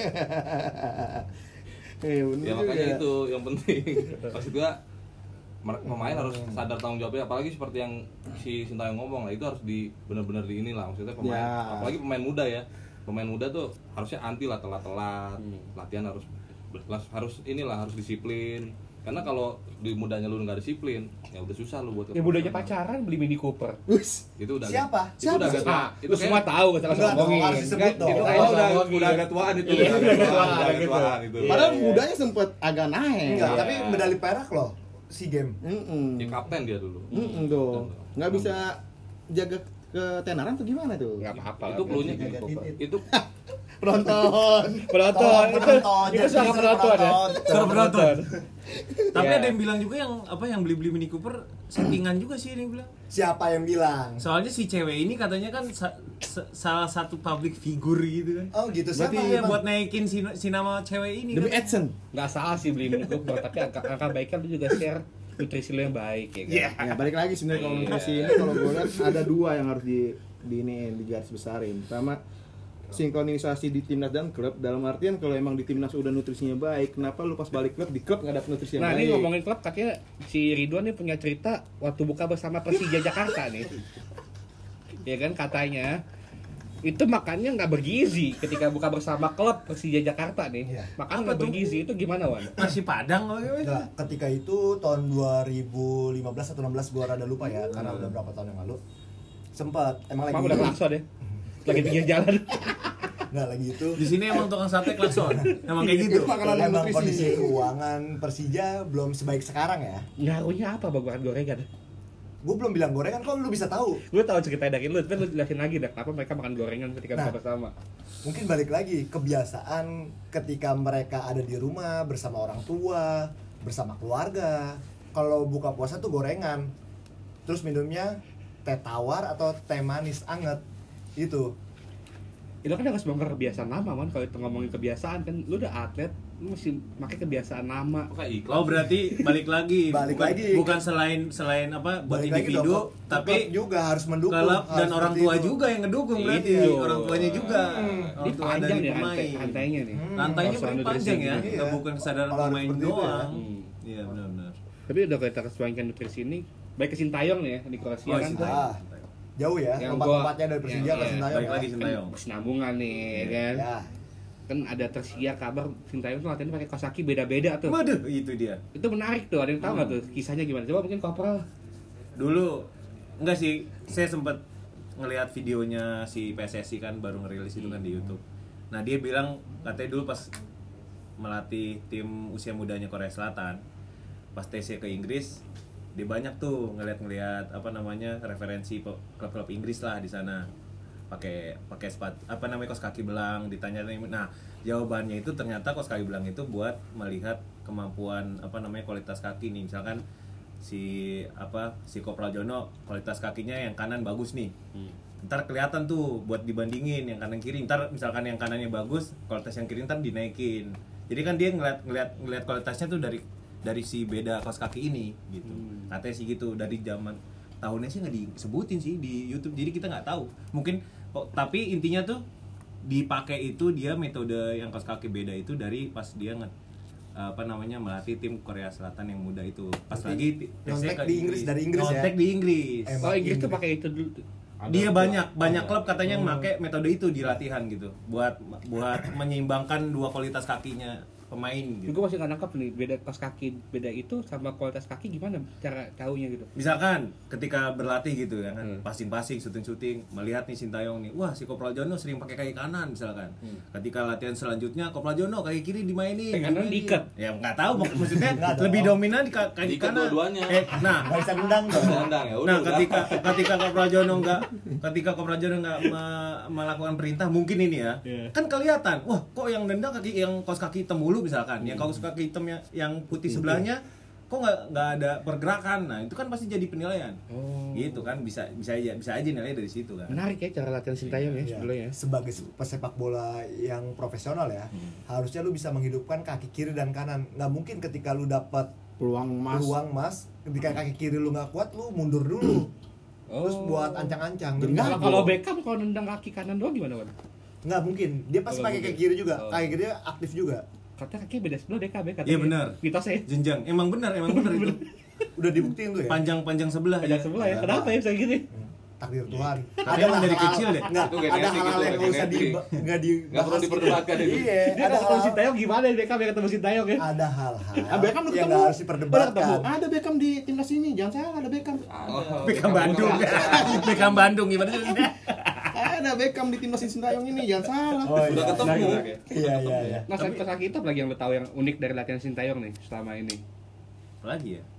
Bener Ya makanya juga. itu yang penting. Maksud gua pemain harus sadar tanggung jawabnya, apalagi seperti yang si Sintayong ngomong lah, itu harus benar-benar di inilah, maksudnya pemain, Ya. apalagi pemain muda ya. Pemain muda tuh harusnya anti lah telat-telat. Latihan harus inilah, harus disiplin. Karena kalau di mudanya lu nggak disiplin, ya udah susah lu buat Ya budaya pacaran beli Mini Cooper. Wis. Itu udah Siapa? Itu udah agak tua. Ah, itu semua tahu, gak Enggak usah dong, ngomongin. harus disebut dong. Itu Oh, kayak udah agak tuaan itu. Iya, udah udah agak tuaan, agak gitu. tuaan itu. Padahal mudanya sempet agak naik. Enggak, Iya. tapi medali perak loh SEA Games. Dia kapten dia dulu. Dong. Nggak bisa jaga ketenaran tuh gimana tuh? Enggak apa-apa. Itu lah, cluenya Mini Cooper. itu Penonton. Penonton, itu suara Justru penonton ya. Suara penonton. Tapi Ya. ada yang bilang juga yang beli Mini Cooper settingan juga sih, ada yang bilang. Siapa yang bilang? Soalnya si cewek ini katanya kan salah satu public figure gitu kan. Oh gitu, siapa? Berarti ya Emang? buat naikin si nama cewek ini Demi kan. AdSense. Nggak salah sih beli Mini Cooper, tapi angka baiknya lu juga share nutrisi lu yang baik ya kan. Ya balik lagi sebenarnya kalau nutrisi ini kalau gue lihat ada dua yang harus di garis besarin. Pertama, sinkronisasi di timnas dan klub, dalam artian kalau emang di timnas udah nutrisinya baik, kenapa lu pas balik klub di klub nggak dapet nutrisi yang Nah baik? ini ngomongin klub, katanya si Ridwan nih punya cerita waktu buka bersama Persija Jakarta nih. Ya kan katanya itu makannya nggak bergizi ketika buka bersama klub Persija Jakarta nih. Iya. Makan Apa nggak tuh? bergizi itu gimana Wan? Nasi Padang apa gimana? Enggak, ketika itu tahun 2015 atau 16 gua rada lupa ya, karena udah berapa tahun yang lalu. Sempat emang lagi Emang udah klakson ya? Lagi pinggir jalan. Enggak lagi itu. Di sini emang tukang sate klakson. Emang kayak gitu. Makanan Emang nutrisi. kondisi keuangan Persija belum sebaik sekarang ya. Ngaruhnya apa bang makan gorengan? Gue belum bilang gorengan, kok lu bisa tahu? Gue tahu cerita dari lu, tapi lu jelasin lagi dah kenapa mereka makan gorengan ketika Nah. buka bersama. Mungkin balik lagi kebiasaan ketika mereka ada di rumah bersama orang tua, bersama keluarga. Kalau buka puasa tuh gorengan. Terus minumnya teh tawar atau teh manis anget. Itu. Itu kan harus bongkar kebiasaan lama man. Kalau itu ngomongin kebiasaan kan, lu udah atlet, lu mesti pakai kebiasaan lama. kayak iklan. Oh berarti balik lagi. Balik bukan, lagi. bukan selain apa buat Balik lagi individu, dong, tapi klub juga harus mendukung. klub dan harus orang seperti tua itu. juga yang ngedukung berarti. Iya. Orang tuanya juga. Ini Orang tua panjang dari ya pemain. rantainya nih. Rantainya Kalau soal paling nutrisi panjang ya, gini. Iya. bukan kesadaran Kalau harus pemain seperti itu ya. doang. Hmm. Iya benar-benar. Tapi udah kita kesuaikan nutrisi ini, baik ke Sintayong nih ya di Kroasia Oh, kan. Sintayong. Ah, jauh ya, Yang lompat-lompatnya dari Persija Iya, ke iya. Sintayong. Balik ya. lagi Sintayong. Kan sinambungan nih ya kan. Ya. Kan ada tersiar kabar Sintayong tuh latihannya pakai kaos kaki beda-beda tuh. Waduh, itu dia. Itu menarik tuh, ada yang tahu nggak tuh kisahnya gimana? Coba mungkin Kopral. Dulu enggak sih, saya sempat ngelihat videonya si PSSI kan baru ngerilis itu kan di YouTube. Nah, dia bilang katanya dulu pas melatih tim usia mudanya Korea Selatan, pas TC ke Inggris, dia banyak tuh ngeliat apa namanya referensi klub-klub Inggris lah di sana. Pakai sepatu apa namanya kaos kaki belang, ditanya nah jawabannya itu ternyata kaos kaki belang itu buat melihat kemampuan apa namanya kualitas kaki nih, misalkan si Kopral Jono kualitas kakinya yang kanan bagus nih, ntar kelihatan tuh buat dibandingin yang kanan kiri, ntar misalkan yang kanannya bagus kualitas yang kiri ntar dinaikin, jadi kan dia ngeliat kualitasnya tuh dari si beda kaos kaki ini gitu. Katanya sih gitu, dari zaman tahunnya sih nggak disebutin sih di YouTube, jadi kita nggak tahu mungkin tapi intinya tuh dipakai itu dia metode yang kaos kaki beda itu dari pas dia melatih tim Korea Selatan yang muda itu. Pas lagi nyontek di Inggris, dari Inggris ya? Nyontek di Inggris. Emang Oh, Inggris tuh Inggris. pakai itu dulu tuh. Dia banyak klub katanya yang pakai metode itu di latihan gitu buat menyeimbangkan dua kualitas kakinya pemain gitu. Gue masih nggak nangkap nih beda kos kaki beda itu sama kualitas kaki gimana cara taunya gitu. Misalkan ketika berlatih gitu ya kan, passing-passing, syuting-syuting, melihat nih Sintayong nih, wah si Kopral Jono sering pakai kaki kanan misalkan. Ketika latihan selanjutnya Kopral Jono kaki kiri dimainin. Kaki kanan diikat. Ya nggak tahu maksudnya Nggak lebih dong. dominan di kaki Diikat kanan. dua-duanya. Nah, Nggak bisa nendang dong. Tendang ya udah. nah udah. ketika Kopral Jono nggak melakukan perintah mungkin ini ya, kan kelihatan, wah kok yang nendang kaki yang kaos kaki hitam mulu misalkan, yang kaos kaki hitam yang putih sebelahnya kok nggak ada pergerakan. Nah itu kan pasti jadi penilaian. Gitu kan bisa aja nilai dari situ kan. Menarik ya cara latihan Sintayong ya Iya. sebelumnya. Sebagai pesepak bola yang profesional ya, harusnya lu bisa menghidupkan kaki kiri dan kanan. Nggak mungkin ketika lu dapat Peluang emas. ketika kaki kiri lu nggak kuat, lu mundur dulu. Terus buat ancang-ancang. Jadi Nggak, Kalau Beckham kalau nendang kaki kanan doang gimana, Wan? nggak mungkin. Dia pasti Oh, pakai nggak kaki kiri juga. Oh. Kaki kiri aktif juga. Katanya kaki beda sebelah DKB katanya. Iya, benar. Mitosnya. Jenjang, emang benar itu. Udah dibuktiin tuh ya. Panjang sebelah. Panjang sebelah ya. Kenapa ya bisa gitu? Takdir Tuhan. Tapi emang dari kecil deh. Nggak, Itu ada genetik, hal-hal itu yang nggak usah genetik. nggak Nggak perlu diperdebatkan itu. Iya, Dia ada ketemu hal Sintayong gimana ya Beckham ya ketemu Sintayong ya? ada hal-hal Beckham udah yang ketemu. nggak harus Udah diperdebatkan. Ada Beckham di timnas ini, jangan salah ada Beckham. Oh, Beckham Bandung. Beckham Bandung gimana sih? Ada Beckham di timnas Sintayong ini, jangan salah. Oh, Udah iya. ketemu. Iya, iya, iya. Nah, selain kos kaki hitam lagi yang lo tahu yang unik dari latihan Sintayong nih selama ini. Lagi ya.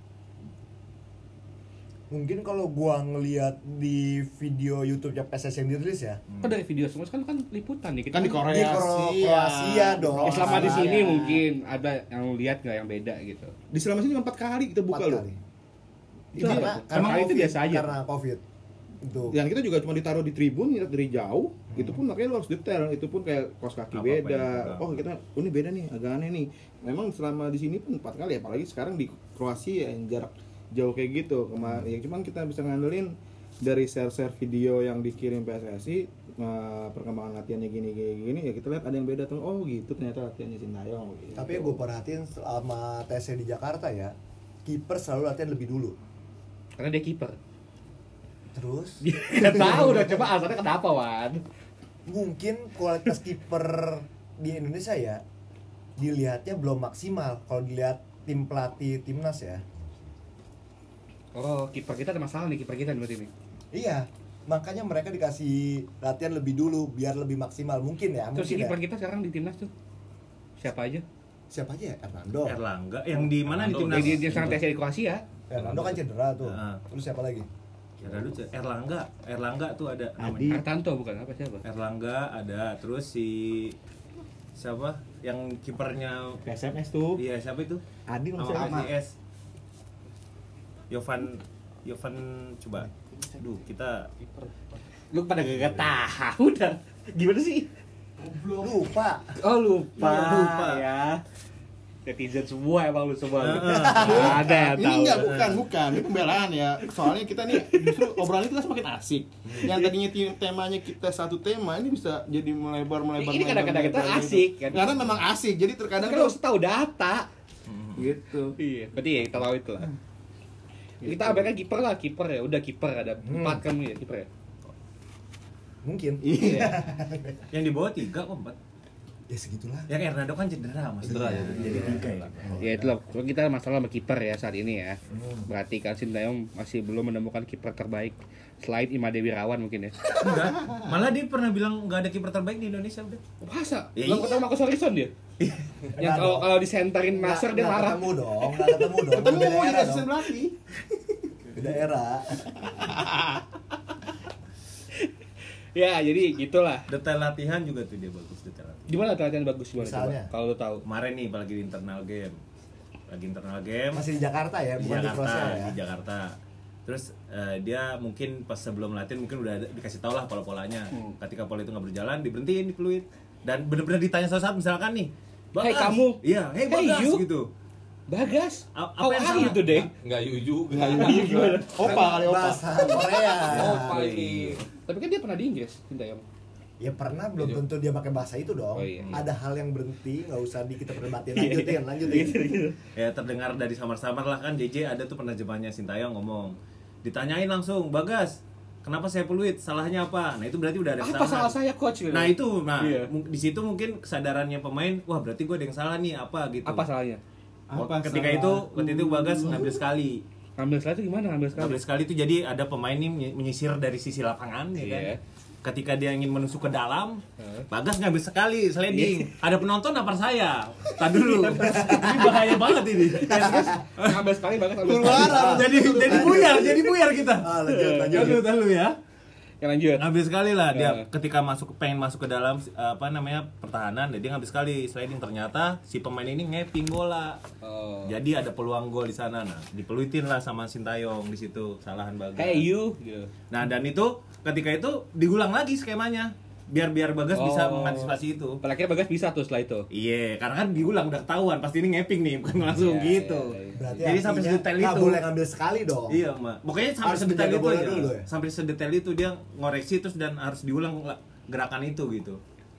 Mungkin kalau gua ngelihat di video YouTube yang PSS yang dirilis ya, Kok dari video semua kan liputan nih kita. Kan di Korea. Kroasia dong. Ya, selama di sini Masalahnya. mungkin ada yang lu lihat nggak yang beda gitu. Di selama sini cuma 4 kali kita buka 4 loh. kali. Itu Karena apa? Emang itu COVID, biasa aja. Karena COVID. Itu. Dan kita juga cuma ditaruh di tribun, lihat dari jauh. Itu pun makanya lu harus detail. Itu pun kayak kos kaki Apa-apa beda. yang Oh kita, oh ini beda nih, agak aneh nih. Memang selama di sini pun 4 kali, apalagi sekarang di Kroasia yang jarak jauh kayak gitu. Ya cuman kita bisa ngandelin dari share video yang dikirim PSSI, perkembangan latihannya gini ya kita lihat ada yang beda tuh. Oh gitu ternyata latihannya Sintayong. Gitu. Tapi yang gue perhatiin selama TC di Jakarta ya, kiper selalu latihan lebih dulu. Karena dia kiper. Terus Nggak tahu udah coba alasannya kenapa, Wan? mungkin kualitas kiper di Indonesia ya dilihatnya belum maksimal kalau dilihat tim pelatih timnas ya. Oh, kiper kita ada masalah nih kiper kita berarti nih. Iya, makanya mereka dikasih latihan lebih dulu biar lebih maksimal mungkin ya. Terus Mungkin kiper ya. kita sekarang di timnas tuh siapa aja? Siapa aja ya? Hernando. Yang di mana di timnas? Dia sangat tes di Kroasia. Hernando kan cedera tuh. Heeh. Terus siapa lagi? Erlangga tuh ada Adi. namanya. Artanto bukan apa siapa? Erlangga ada, terus si siapa yang kipernya PSMS tuh. iya siapa itu? Adi Sama masih sama. PSIS. Yovan coba. Aduh, kita Lu pada gak tahu dah. Gimana sih? Lupa. Oh lupa. Iya, lupa. Ya. Netizen semua emang lu semua. Nggak ada yang Ini tahu. enggak, bukan. Ini pembelaan ya. Soalnya kita nih justru obrolan kita semakin asik. Yang tadinya temanya kita satu tema ini bisa jadi melebar. Ini kadang-kadang kita asik, kan? Karena memang asik. Jadi terkadang Kan harus tahu data. gitu. Iya, berarti ya kita tahu itu lah. Kita abaikan kiper lah, kiper ya. Udah kiper ada 4 kan ya kiper ya. Mungkin. Iya. yang di bawah 3 kok 4. Ya segitulah. Yang Hernando kan cedera Mas. Cedera ya. Jadi 3 ya. Ya itu loh, kalau kita masalah sama kiper ya saat ini ya. Berarti kan Sintayong masih belum menemukan kiper terbaik selain Imade Wirawan mungkin ya. Enggak. Malah dia pernah bilang nggak ada kiper terbaik di Indonesia udah. Masa? Ya, Belum iya. ketemu Marcus Horizon dia? Yang kalau disenterin Nasr dia marah. Ketemu dong, nggak ketemu dong. Ketemu Beda di era asisten dong. pelatih. Beda era. Ya, jadi gitulah. Detail latihan juga tuh dia bagus detail latihan. Gimana latihan bagus gimana coba? Misalnya? Kalau lu tahu. Kemarin nih apalagi di internal game. Lagi internal game. Masih di Jakarta ya, di bukan di Jakarta, Kroasia ya. di Jakarta. Terus dia mungkin pas sebelum latihan mungkin udah dikasih tau lah pola-polanya. Ketika pola itu nggak berjalan, diberhentiin di peluit. Dan bener-bener ditanya saat misalkan nih, Hey, Bagas. kamu. Iya, hey Bagas you. gitu. Bagas, Apa how yang are you salah? today? Nggak yu juga. Opa kali opa. Bahasa Korea. Opa ini. Tapi kan dia pernah di Inggris, Sintayong. Ya pernah, belum tentu dia pakai bahasa itu dong. Oh, iya. Ada hal yang berhenti, nggak usah kita perdebatin. Lanjutin. Ya terdengar dari samar-samar lah kan JJ ada tuh penerjemahnya Sintayong ngomong. Ditanyain langsung, "Bagas, kenapa saya peluit? Salahnya apa?" Nah, itu berarti udah ada Apa kesalahan. salah saya coach gitu? Nah, itu Iya. di situ mungkin kesadarannya pemain, wah berarti gue ada yang salah nih apa gitu. Apa salahnya? Ketika itu Bagas ngambil sekali. Ngambil sekali itu gimana? Ngambil sekali itu jadi ada pemain nih menyisir dari sisi lapangan ya kan. Iya. Ketika dia ingin menusuk ke dalam, Bagas ngambil sekali sliding. Ada penonton napar saya. Tar dulu. Ini bahaya banget ini. Ngambil sekali banget ngambil sekali. Keluar. Jadi buyar kita. Lanjut. Dulu ya. Yang lanjut. Ngambil sekali lah dia Ya. ketika pengen masuk ke dalam pertahanan, dia ngambil sekali sliding, ternyata si pemain ini ngeping bola. Oh. Jadi ada peluang gol di sana. Nah, dipeluitin lah sama Sintayong di situ, kesalahan Bagas. Kayak you gitu. Nah, dan itu ketika itu diulang lagi skemanya. Biar Bagas bisa mengantisipasi itu. Apalagi Bagas bisa tuh setelah itu. Iya, karena kan diulang udah ketahuan pasti ini ngeping nih, bukan langsung Iya, gitu. iya, iya. Berarti Jadi sampai artinya sedetail nggak itu. boleh ngambil sekali dong. Iya, Mak. Pokoknya sampai Harus sedetail menjaga itu bola aja. dulu ya? Sampai sedetail itu dia ngoreksi terus dan harus diulang gerakan itu gitu.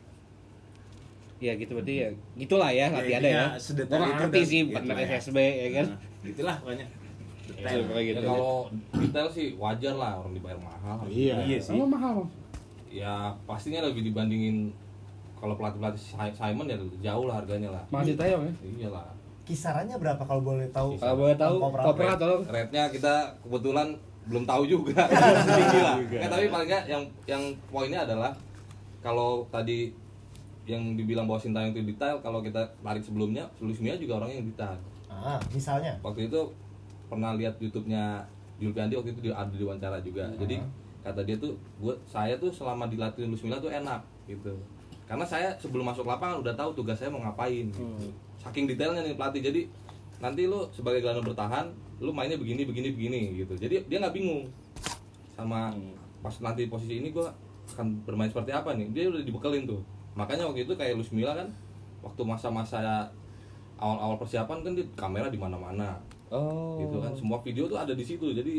Ya gitu berarti ya gitulah ya latihannya ya. intinya sedetail Gua itu ngerti dan sih gitu pernah lah ya. SSB ya kan. Nah, gitulah pokoknya. Detail. Kayak Ya, gitu. kalau detail sih wajar lah orang dibayar mahal. Iya sih. Sama mahal, Bang. Ya pastinya lebih dibandingin kalau pelatih Simon ya jauh lah harganya lah. Masih Sintayong ya. Iyalah. Kisarannya berapa kalau boleh tahu? Kalau boleh tahu Kopra atau Rate-nya kita kebetulan belum tahu juga. Tinggi lah. Tapi paling nggak yang poinnya adalah kalau tadi yang dibilang bahwa Sintayong itu detail, kalau kita tarik sebelumnya, Luis Milla juga orangnya yang detail. Misalnya? Waktu itu pernah lihat YouTube-nya Julpiandi, waktu itu ada diwawancara juga. Jadi kata dia tuh, saya tuh selama dilatih Luis Milla tuh enak gitu. Karena saya sebelum masuk lapangan udah tahu tugas saya mau ngapain. Gitu. Saking detailnya nih pelatih. Jadi nanti lu sebagai gelandang bertahan, lu mainnya begini gitu. Jadi dia nggak bingung sama pas nanti posisi ini gua akan bermain seperti apa nih. Dia udah dibekelin tuh. Makanya waktu itu kayak Luis Milla kan waktu masa-masa awal-awal persiapan kan dia kamera di mana-mana. Oh. Gitu kan, semua video tuh ada di situ. Jadi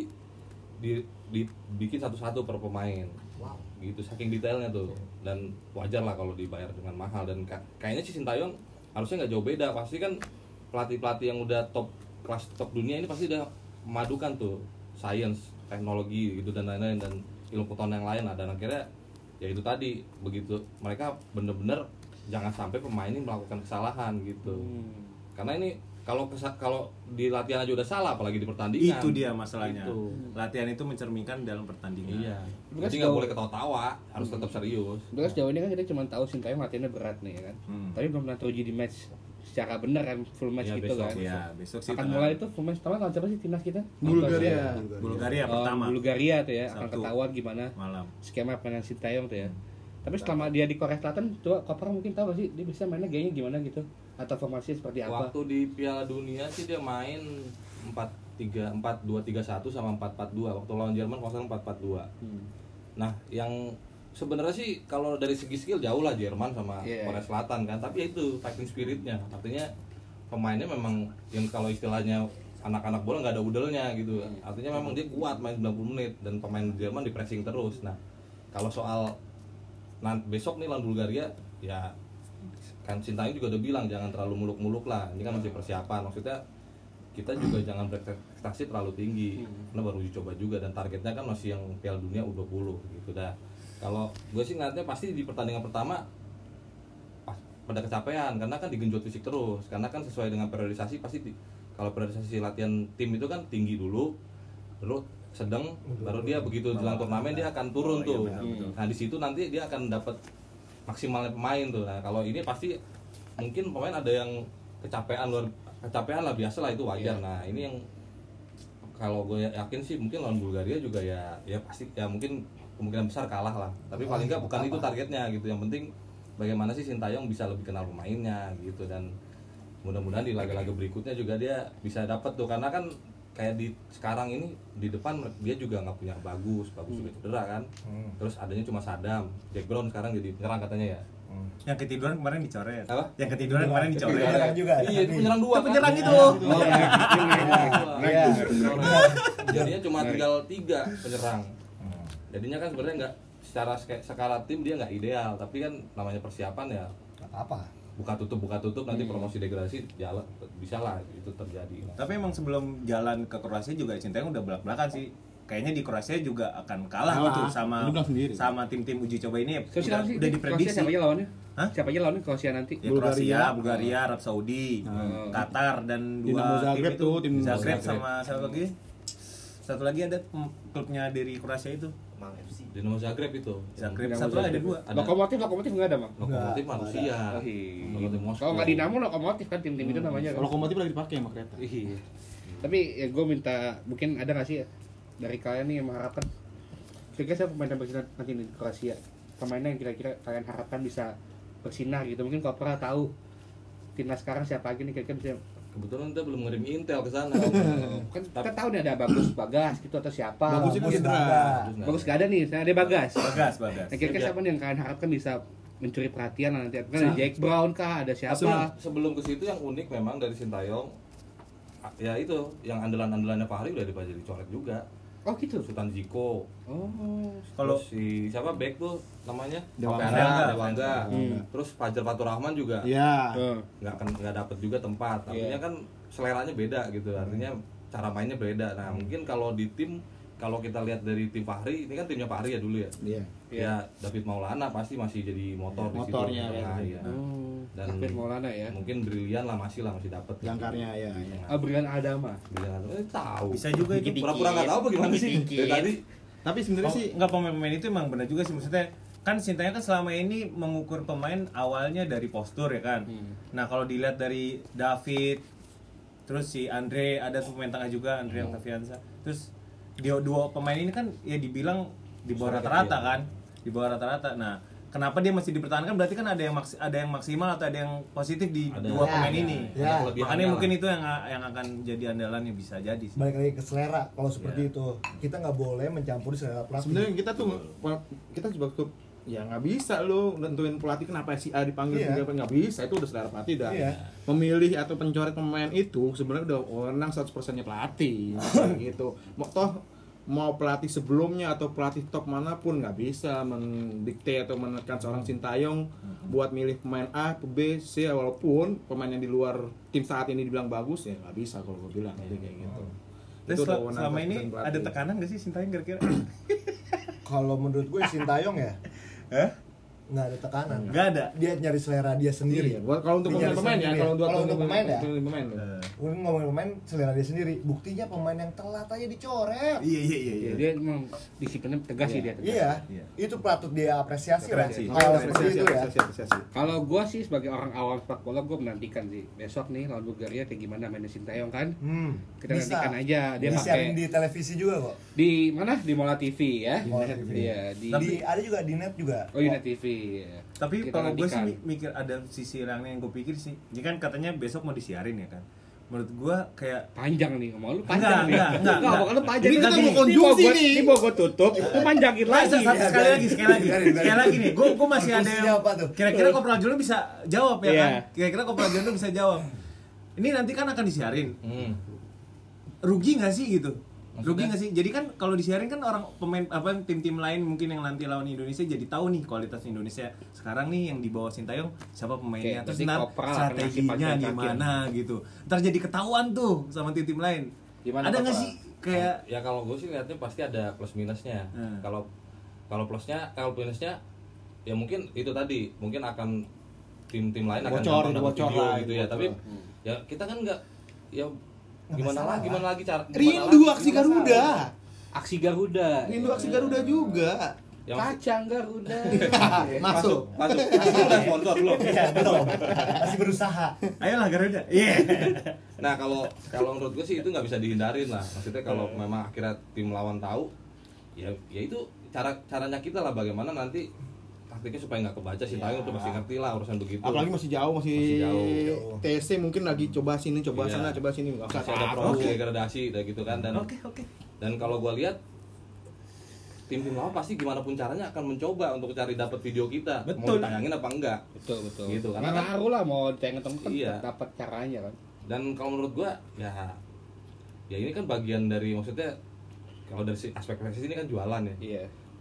dibikin satu-satu per pemain. Wow. Gitu saking detailnya tuh. Dan wajar lah kalau dibayar dengan mahal, dan kayaknya si Sintayong harusnya nggak jauh beda. Pasti kan pelatih-pelatih yang udah kelas top dunia ini pasti udah memadukan tuh science, teknologi gitu dan lain-lain, dan ilmu pengetahuan yang lain lah. Dan akhirnya ya itu tadi, begitu mereka bener-bener jangan sampai pemain ini melakukan kesalahan gitu. Karena ini kalau di latihan aja udah salah, apalagi di pertandingan. Itu dia masalahnya. Itu. Latihan itu mencerminkan dalam pertandingan. Iya. Tapi kan Jadi nggak boleh ketawa-tawa, harus tetap serius. Terus sejauh ini kan kita cuma tahu Sintayong latihannya berat nih ya kan. Tapi belum pernah teruji di match secara benar kan, full match Iya, gitu besok, kan. Iya, besok sih Akan tengah- mulai itu full match pertama lawan siapa sih timnas kita? Bulgaria pertama Bulgaria tuh ya, akan Sabtu. ketahuan gimana malam. skema permainan Sintayong tuh ya. Tapi selama dia di Korea Selatan, coba Kopra mungkin tahu gak sih dia bisa mainnya gayanya gimana gitu? Atau formasi seperti apa? Waktu di Piala Dunia sih dia main 4-2-3-1 sama 4-4-2. Waktu lawan Jerman kosong 4-4-2. Nah, yang sebenarnya sih kalau dari segi skill jauh lah Jerman sama Korea Selatan kan, tapi itu fighting spiritnya. Artinya pemainnya memang yang kalau istilahnya anak-anak bola nggak ada udelnya gitu. Artinya memang dia kuat main 90 menit dan pemain Jerman di pressing terus. Nah, kalau soal besok nih lawan Bulgaria ya kan Sintayong juga udah bilang jangan terlalu muluk-muluk lah. Ini kan masih persiapan. Maksudnya kita juga jangan berekspektasi terlalu tinggi karena baru uji coba juga, dan targetnya kan masih yang Piala Dunia U20 gitu dah. Kalau gue sih ngeliatnya pasti di pertandingan pertama pada kecapean karena kan digenjot fisik terus, karena kan sesuai dengan periodisasi pasti kalau periodisasi latihan tim itu kan tinggi dulu, lalu sedang, baru dia begitu jelang turnamen dia akan turun tuh. Nah di situ nanti dia akan dapat maksimalnya pemain tuh. Nah kalau ini pasti mungkin pemain ada yang kecapean lah, biasa lah, itu wajar. Nah ini yang kalau gue yakin sih mungkin lawan Bulgaria juga ya pasti ya mungkin kemungkinan besar kalah lah, tapi paling nggak bukan itu targetnya gitu. Yang penting bagaimana sih Sintayong bisa lebih kenal pemainnya gitu, dan mudah-mudahan di laga-laga berikutnya juga dia bisa dapat tuh, karena kan kayak di sekarang ini di depan dia juga nggak punya bagus juga cedera kan. Terus adanya cuma Sadam, Jack Brown sekarang jadi penyerang katanya ya. Yang ketiduran kemarin dicoret. Apa? Yang ketiduran kemarin dicoret. Penyerang juga. Iya, itu penyerang dua. Itu penyerang kan? itu. Jadinya cuma tinggal 3 penyerang. Jadinya kan sebenarnya nggak secara skala tim dia nggak ideal, tapi kan namanya persiapan ya Gak apa-apa. buka tutup nanti promosi degradasi jalan bisa lah itu terjadi. Tapi emang sebelum jalan ke Kroasia juga Sintayong udah belak-belakan sih. Kayaknya di Kroasia juga akan kalah gitu Dia bilang sendiri. sama tim-tim uji coba ini. Terus Udah Kroasia diprediksi. siapa aja lawannya? Hah? Siapa aja lawannya Kroasia nanti? Ya, Kroasia, Bulgaria, Arab Saudi, Qatar dan Dinamo dua Zagreb tim itu. tuh, tim Zagreb Zagreb. sama satu lagi. Satu lagi ada klubnya dari Kroasia itu. Mang FC. Dinamo Zagreb itu. Zagreb Dinamo satu lagi ada Zagreb. dua. Ada Lokomotif nggak ada, Bang? Lokomotif Nggak, manusia. Oh, iya. Lokomotif Moskow. Kalau nggak Dinamo Lokomotif kan tim-tim itu namanya kan. Lokomotif lagi dipakai sama kereta. Iya. Tapi ya gue minta mungkin ada nggak sih ya, dari kalian nih yang mengharapkan kira-kira siapa pemain yang bersinar nanti di Kroasia? Pemainnya yang kira-kira kalian harapkan bisa bersinar gitu. Mungkin kalau pernah tahu timnas sekarang siapa lagi nih kira-kira bisa. Kebetulan kita belum ngirim intel ke sana. Kan kita tahu nih ada Bagas gitu atau siapa. Bagus itu Bagus cedera. nggak Bagus gak ada nih, saya ada Bagas. Bagas. Nah, kira-kira siapa nih yang kalian harapkan bisa mencuri perhatian nanti? Kan ada Jack Brown kah? Ada siapa? Sebelum ke situ yang unik memang dari Sintayong ya itu yang andalan-andalannya Fahri udah dicoret juga. Oh gitu. Sultan Ziko. Oh. Kalau Terus si siapa back tuh namanya Dewangga. Dewangga. Hmm. Terus Fajar Faturrahman juga Iya. Oh. nggak dapet juga tempat. Artinya Iya. kan seleranya beda gitu. Artinya cara mainnya beda. Nah mungkin kalau di tim, kalau kita lihat dari tim Fahri, ini kan timnya Fahri ya dulu ya. Iya. Ya David Maulana pasti masih jadi motor di situ. Motornya, Nah, ya. iya. Oh. Dan David Maulana ya. Mungkin Brilian lah masih dapet. Jangkarnya ya. Abrian Adama. Brilian tahu. bisa juga itu. Pura-pura nggak tahu apa gimana sih? Dari tadi Tapi sebenarnya sih Enggak, pemain-pemain itu emang benar juga sih, maksudnya kan Sintayong kan selama ini mengukur pemain awalnya dari postur ya kan. Nah kalau dilihat dari David, terus si Andre, ada pemain tengah juga Andre Octaviansa, terus dua pemain ini kan ya dibilang di bawah rata-rata kan, di bawah rata-rata. Nah kenapa dia masih dipertahankan, berarti kan ada yang maksimal atau ada yang positif di Ada. dua Ya, pemain ya, ini. ya. Makanya Kelebihannya mungkin lah. itu yang akan jadi andalannya, bisa jadi sih. Balik lagi ke selera. Kalau seperti itu, kita nggak boleh mencampuri selera pelatih. sebenarnya kita juga tuh ya nggak bisa lo nentuin pelatih kenapa si A dipanggil Iya. nggak bisa, itu udah selera pelatih dah. Iya. Memilih atau pencoret pemain itu sebenarnya udah wewenang 100%-nya pelatih gitu. Mau pelatih sebelumnya atau pelatih top manapun nggak bisa mendikte atau menekan seorang Sintayong buat milih pemain A, B, C, walaupun pemain yang di luar tim saat ini dibilang bagus ya nggak bisa kalau gue bilang jadi kayak gitu. Terus Itu udah wewenang selama ini 100% pelatih. ada tekanan gak sih Sintayong kira-kira? Kalau menurut gue Sintayong ya Hah? nggak ada tekanan. Nggak ada. Dia nyari selera dia sendiri. Iya, kalau untuk Dia nyari pemain ya, sendiri. kalau untuk pemain ya. pemain loh. Gue ngomongin pemain selera dia sendiri. Buktinya pemain yang telat aja dicoret. Iya. Ya, dia emang disiplinnya tegas sih dia. tegas. Iya, Iya. itu patut dia apresiasi lah. Apresiasi. Hal seperti itu ya. Apresiasi. Kalau gue sih sebagai orang awam sepak bola, gue menantikan sih besok nih lawan Bulgaria kayak gimana mainnya Sintayong kan. Kita Bisa. nantikan aja dia Disiarin pakai di televisi juga kok. di mana di Mola TV ya. Di Mola TV. Iya di. Ada juga di net juga. Oh Net TV. Ya. Tapi Kita kalau gue sih nantikan. mikir ada sisi lainnya yang gue pikir sih. Ini kan katanya besok mau disiarin ya kan. Menurut gue kayak Panjang nih ngomong lu panjang nih. Enggak. Ngomong lu panjang. Ini kita Ini mau konjungsi nih. Ini mau gue tutup, lu panjangin lagi. sekali lagi nih. Gue masih ada Konklusinya yang apa tuh? kira-kira Kopral Jono bisa jawab ya Iya. kan. Kira-kira Kopral Jono bisa jawab. Ini nanti kan akan disiarin. Rugi nggak sih gitu? Rugi nggak sih? Jadi kan kalau disiarin kan orang pemain apa tim-tim lain mungkin yang nanti lawan Indonesia jadi tahu nih kualitas Indonesia sekarang nih yang di bawah Sintayong siapa pemainnya, Oke, terus berarti ntar Kopral akan ngasih strateginya panduan gimana gitu. Ntar jadi ketahuan tuh sama tim-tim lain. Gimana, Ada nggak Kopral? sih kayak Ya kalau gue sih lihatnya pasti ada plus minusnya. Kalau plusnya, kalau minusnya ya mungkin itu tadi, mungkin akan tim-tim lain akan Bocor, gampang dapat bocor video lah, gitu itu ya. bocor. Tapi ya kita kan nggak ya gimana lagi cara Rindu aksi Garuda. Aksi Garuda. Rindu aksi Garuda juga. yang Kacang Garuda. Masuk. masuk udah sponsor belum? Belum. Masih berusaha. ayolah Garuda. Iya. Nah kalau menurut gue sih itu nggak bisa dihindarin lah. Maksudnya kalau memang akhirnya tim lawan tahu, ya itu caranya kita lah bagaimana nanti taktiknya supaya nggak kebaca. Sintayong tuh masih ngerti lah urusan begitu. Apalagi masih jauh, masih Masih jauh. TC mungkin lagi coba sini, coba Iya. sana, coba sini. Nggak usah masih ada takut. promosi degradasi kayak gitu kan. Dan Oke. dan kalau gue lihat tim-tim lawan pasti gimana pun caranya akan mencoba untuk cari dapat video kita. Mau Betul. ditayangin apa enggak? Betul. Gitu, karena Karena kan- ngaruh lah mau tayang temen kan Iya. dapat caranya kan. Dan kalau menurut gua ya ini kan bagian dari, maksudnya kalau dari aspek PSSI ini kan jualan ya. Iya.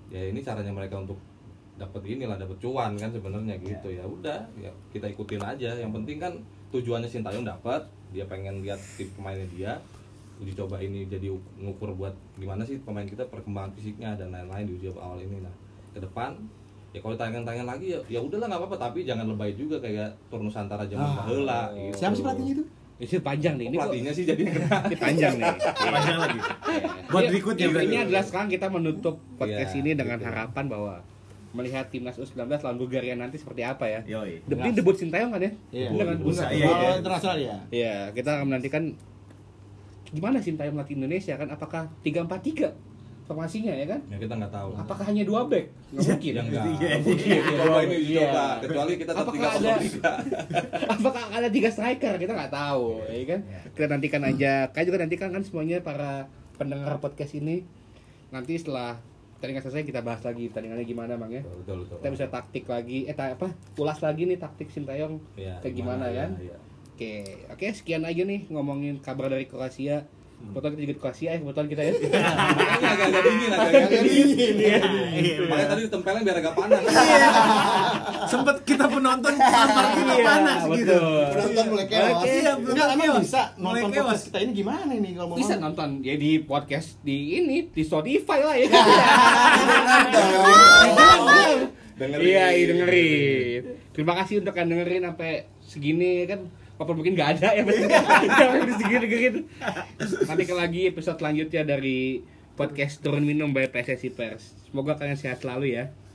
ya ini caranya mereka untuk dapat dapat cuan kan sebenarnya gitu. Ya udah, ya kita ikutin aja. Yang penting kan tujuannya Sintayong dapat, dia pengen lihat tim pemainnya dia, uji coba ini jadi ngukur buat gimana sih pemain kita perkembangan fisiknya dan lain-lain di uji awal ini. Nah ke depan ya kalau tangan lagi ya udahlah nggak apa-apa, tapi jangan lebay juga kayak Tur Nusantara zaman baheula gitu. Siapa sih pelatihnya itu? Ini panjang nih, ini Pelatihnya sih jadi ini panjang nih. Panjang lagi. Buat berikutnya berarti. Ini adalah sekarang kita menutup podcast Iya, ini dengan gitu. harapan bahwa melihat timnas U19 lawan Bulgaria nanti seperti apa ya. Yoi. Ini debut Sintayong kan ya? Iya. Dengan Bursa, Bulgaria. iya, iya. Internasional ya. Iya, kita akan menantikan gimana Sintayong melatih Indonesia kan, apakah 3-4-3 formasinya ya kan? ya kita nggak tahu. Apakah hanya 2 back? Nggak mungkin. Ya enggak. Iya, Mungkin coba ini uji Iya. coba. Kecuali kita tetap Apakah ada 3-3. apakah ada 3 striker? Kita nggak tahu, ya kan? Kita nantikan aja. Kayak juga nantikan kan semuanya para pendengar podcast ini. Nanti setelah pertandingan selesai kita bahas lagi pertandingannya gimana, Bang ya. Betul. Kita bisa taktik lagi, ulas lagi nih taktik Sintayong Ya, kayak gimana kan? Ya. Oke, sekian aja nih ngomongin kabar dari Kroasia. Kebetulan kita juga di Kroasia ya, kebetulan kita ya. Makanya agak dingin, agak dingin. Makanya tadi ditempelin biar agak panas. Sempet kita penonton kamar kita panas gitu. betul. Penonton mulai kewas. Oke. Iya, Enggak, emang kewas. bisa Mulai nonton kewas. podcast kita ini gimana nih kalau mau Bisa nonton ya di podcast di ini di Spotify lah ya. Dengerin. Iya, dengerin. Terima kasih untuk yang dengerin sampai segini kan. Walaupun mungkin nggak ada ya, sampai segini dengerin. Nanti lagi episode selanjutnya dari podcast Turun Minum by PSSI Pers. Semoga kalian sehat selalu ya.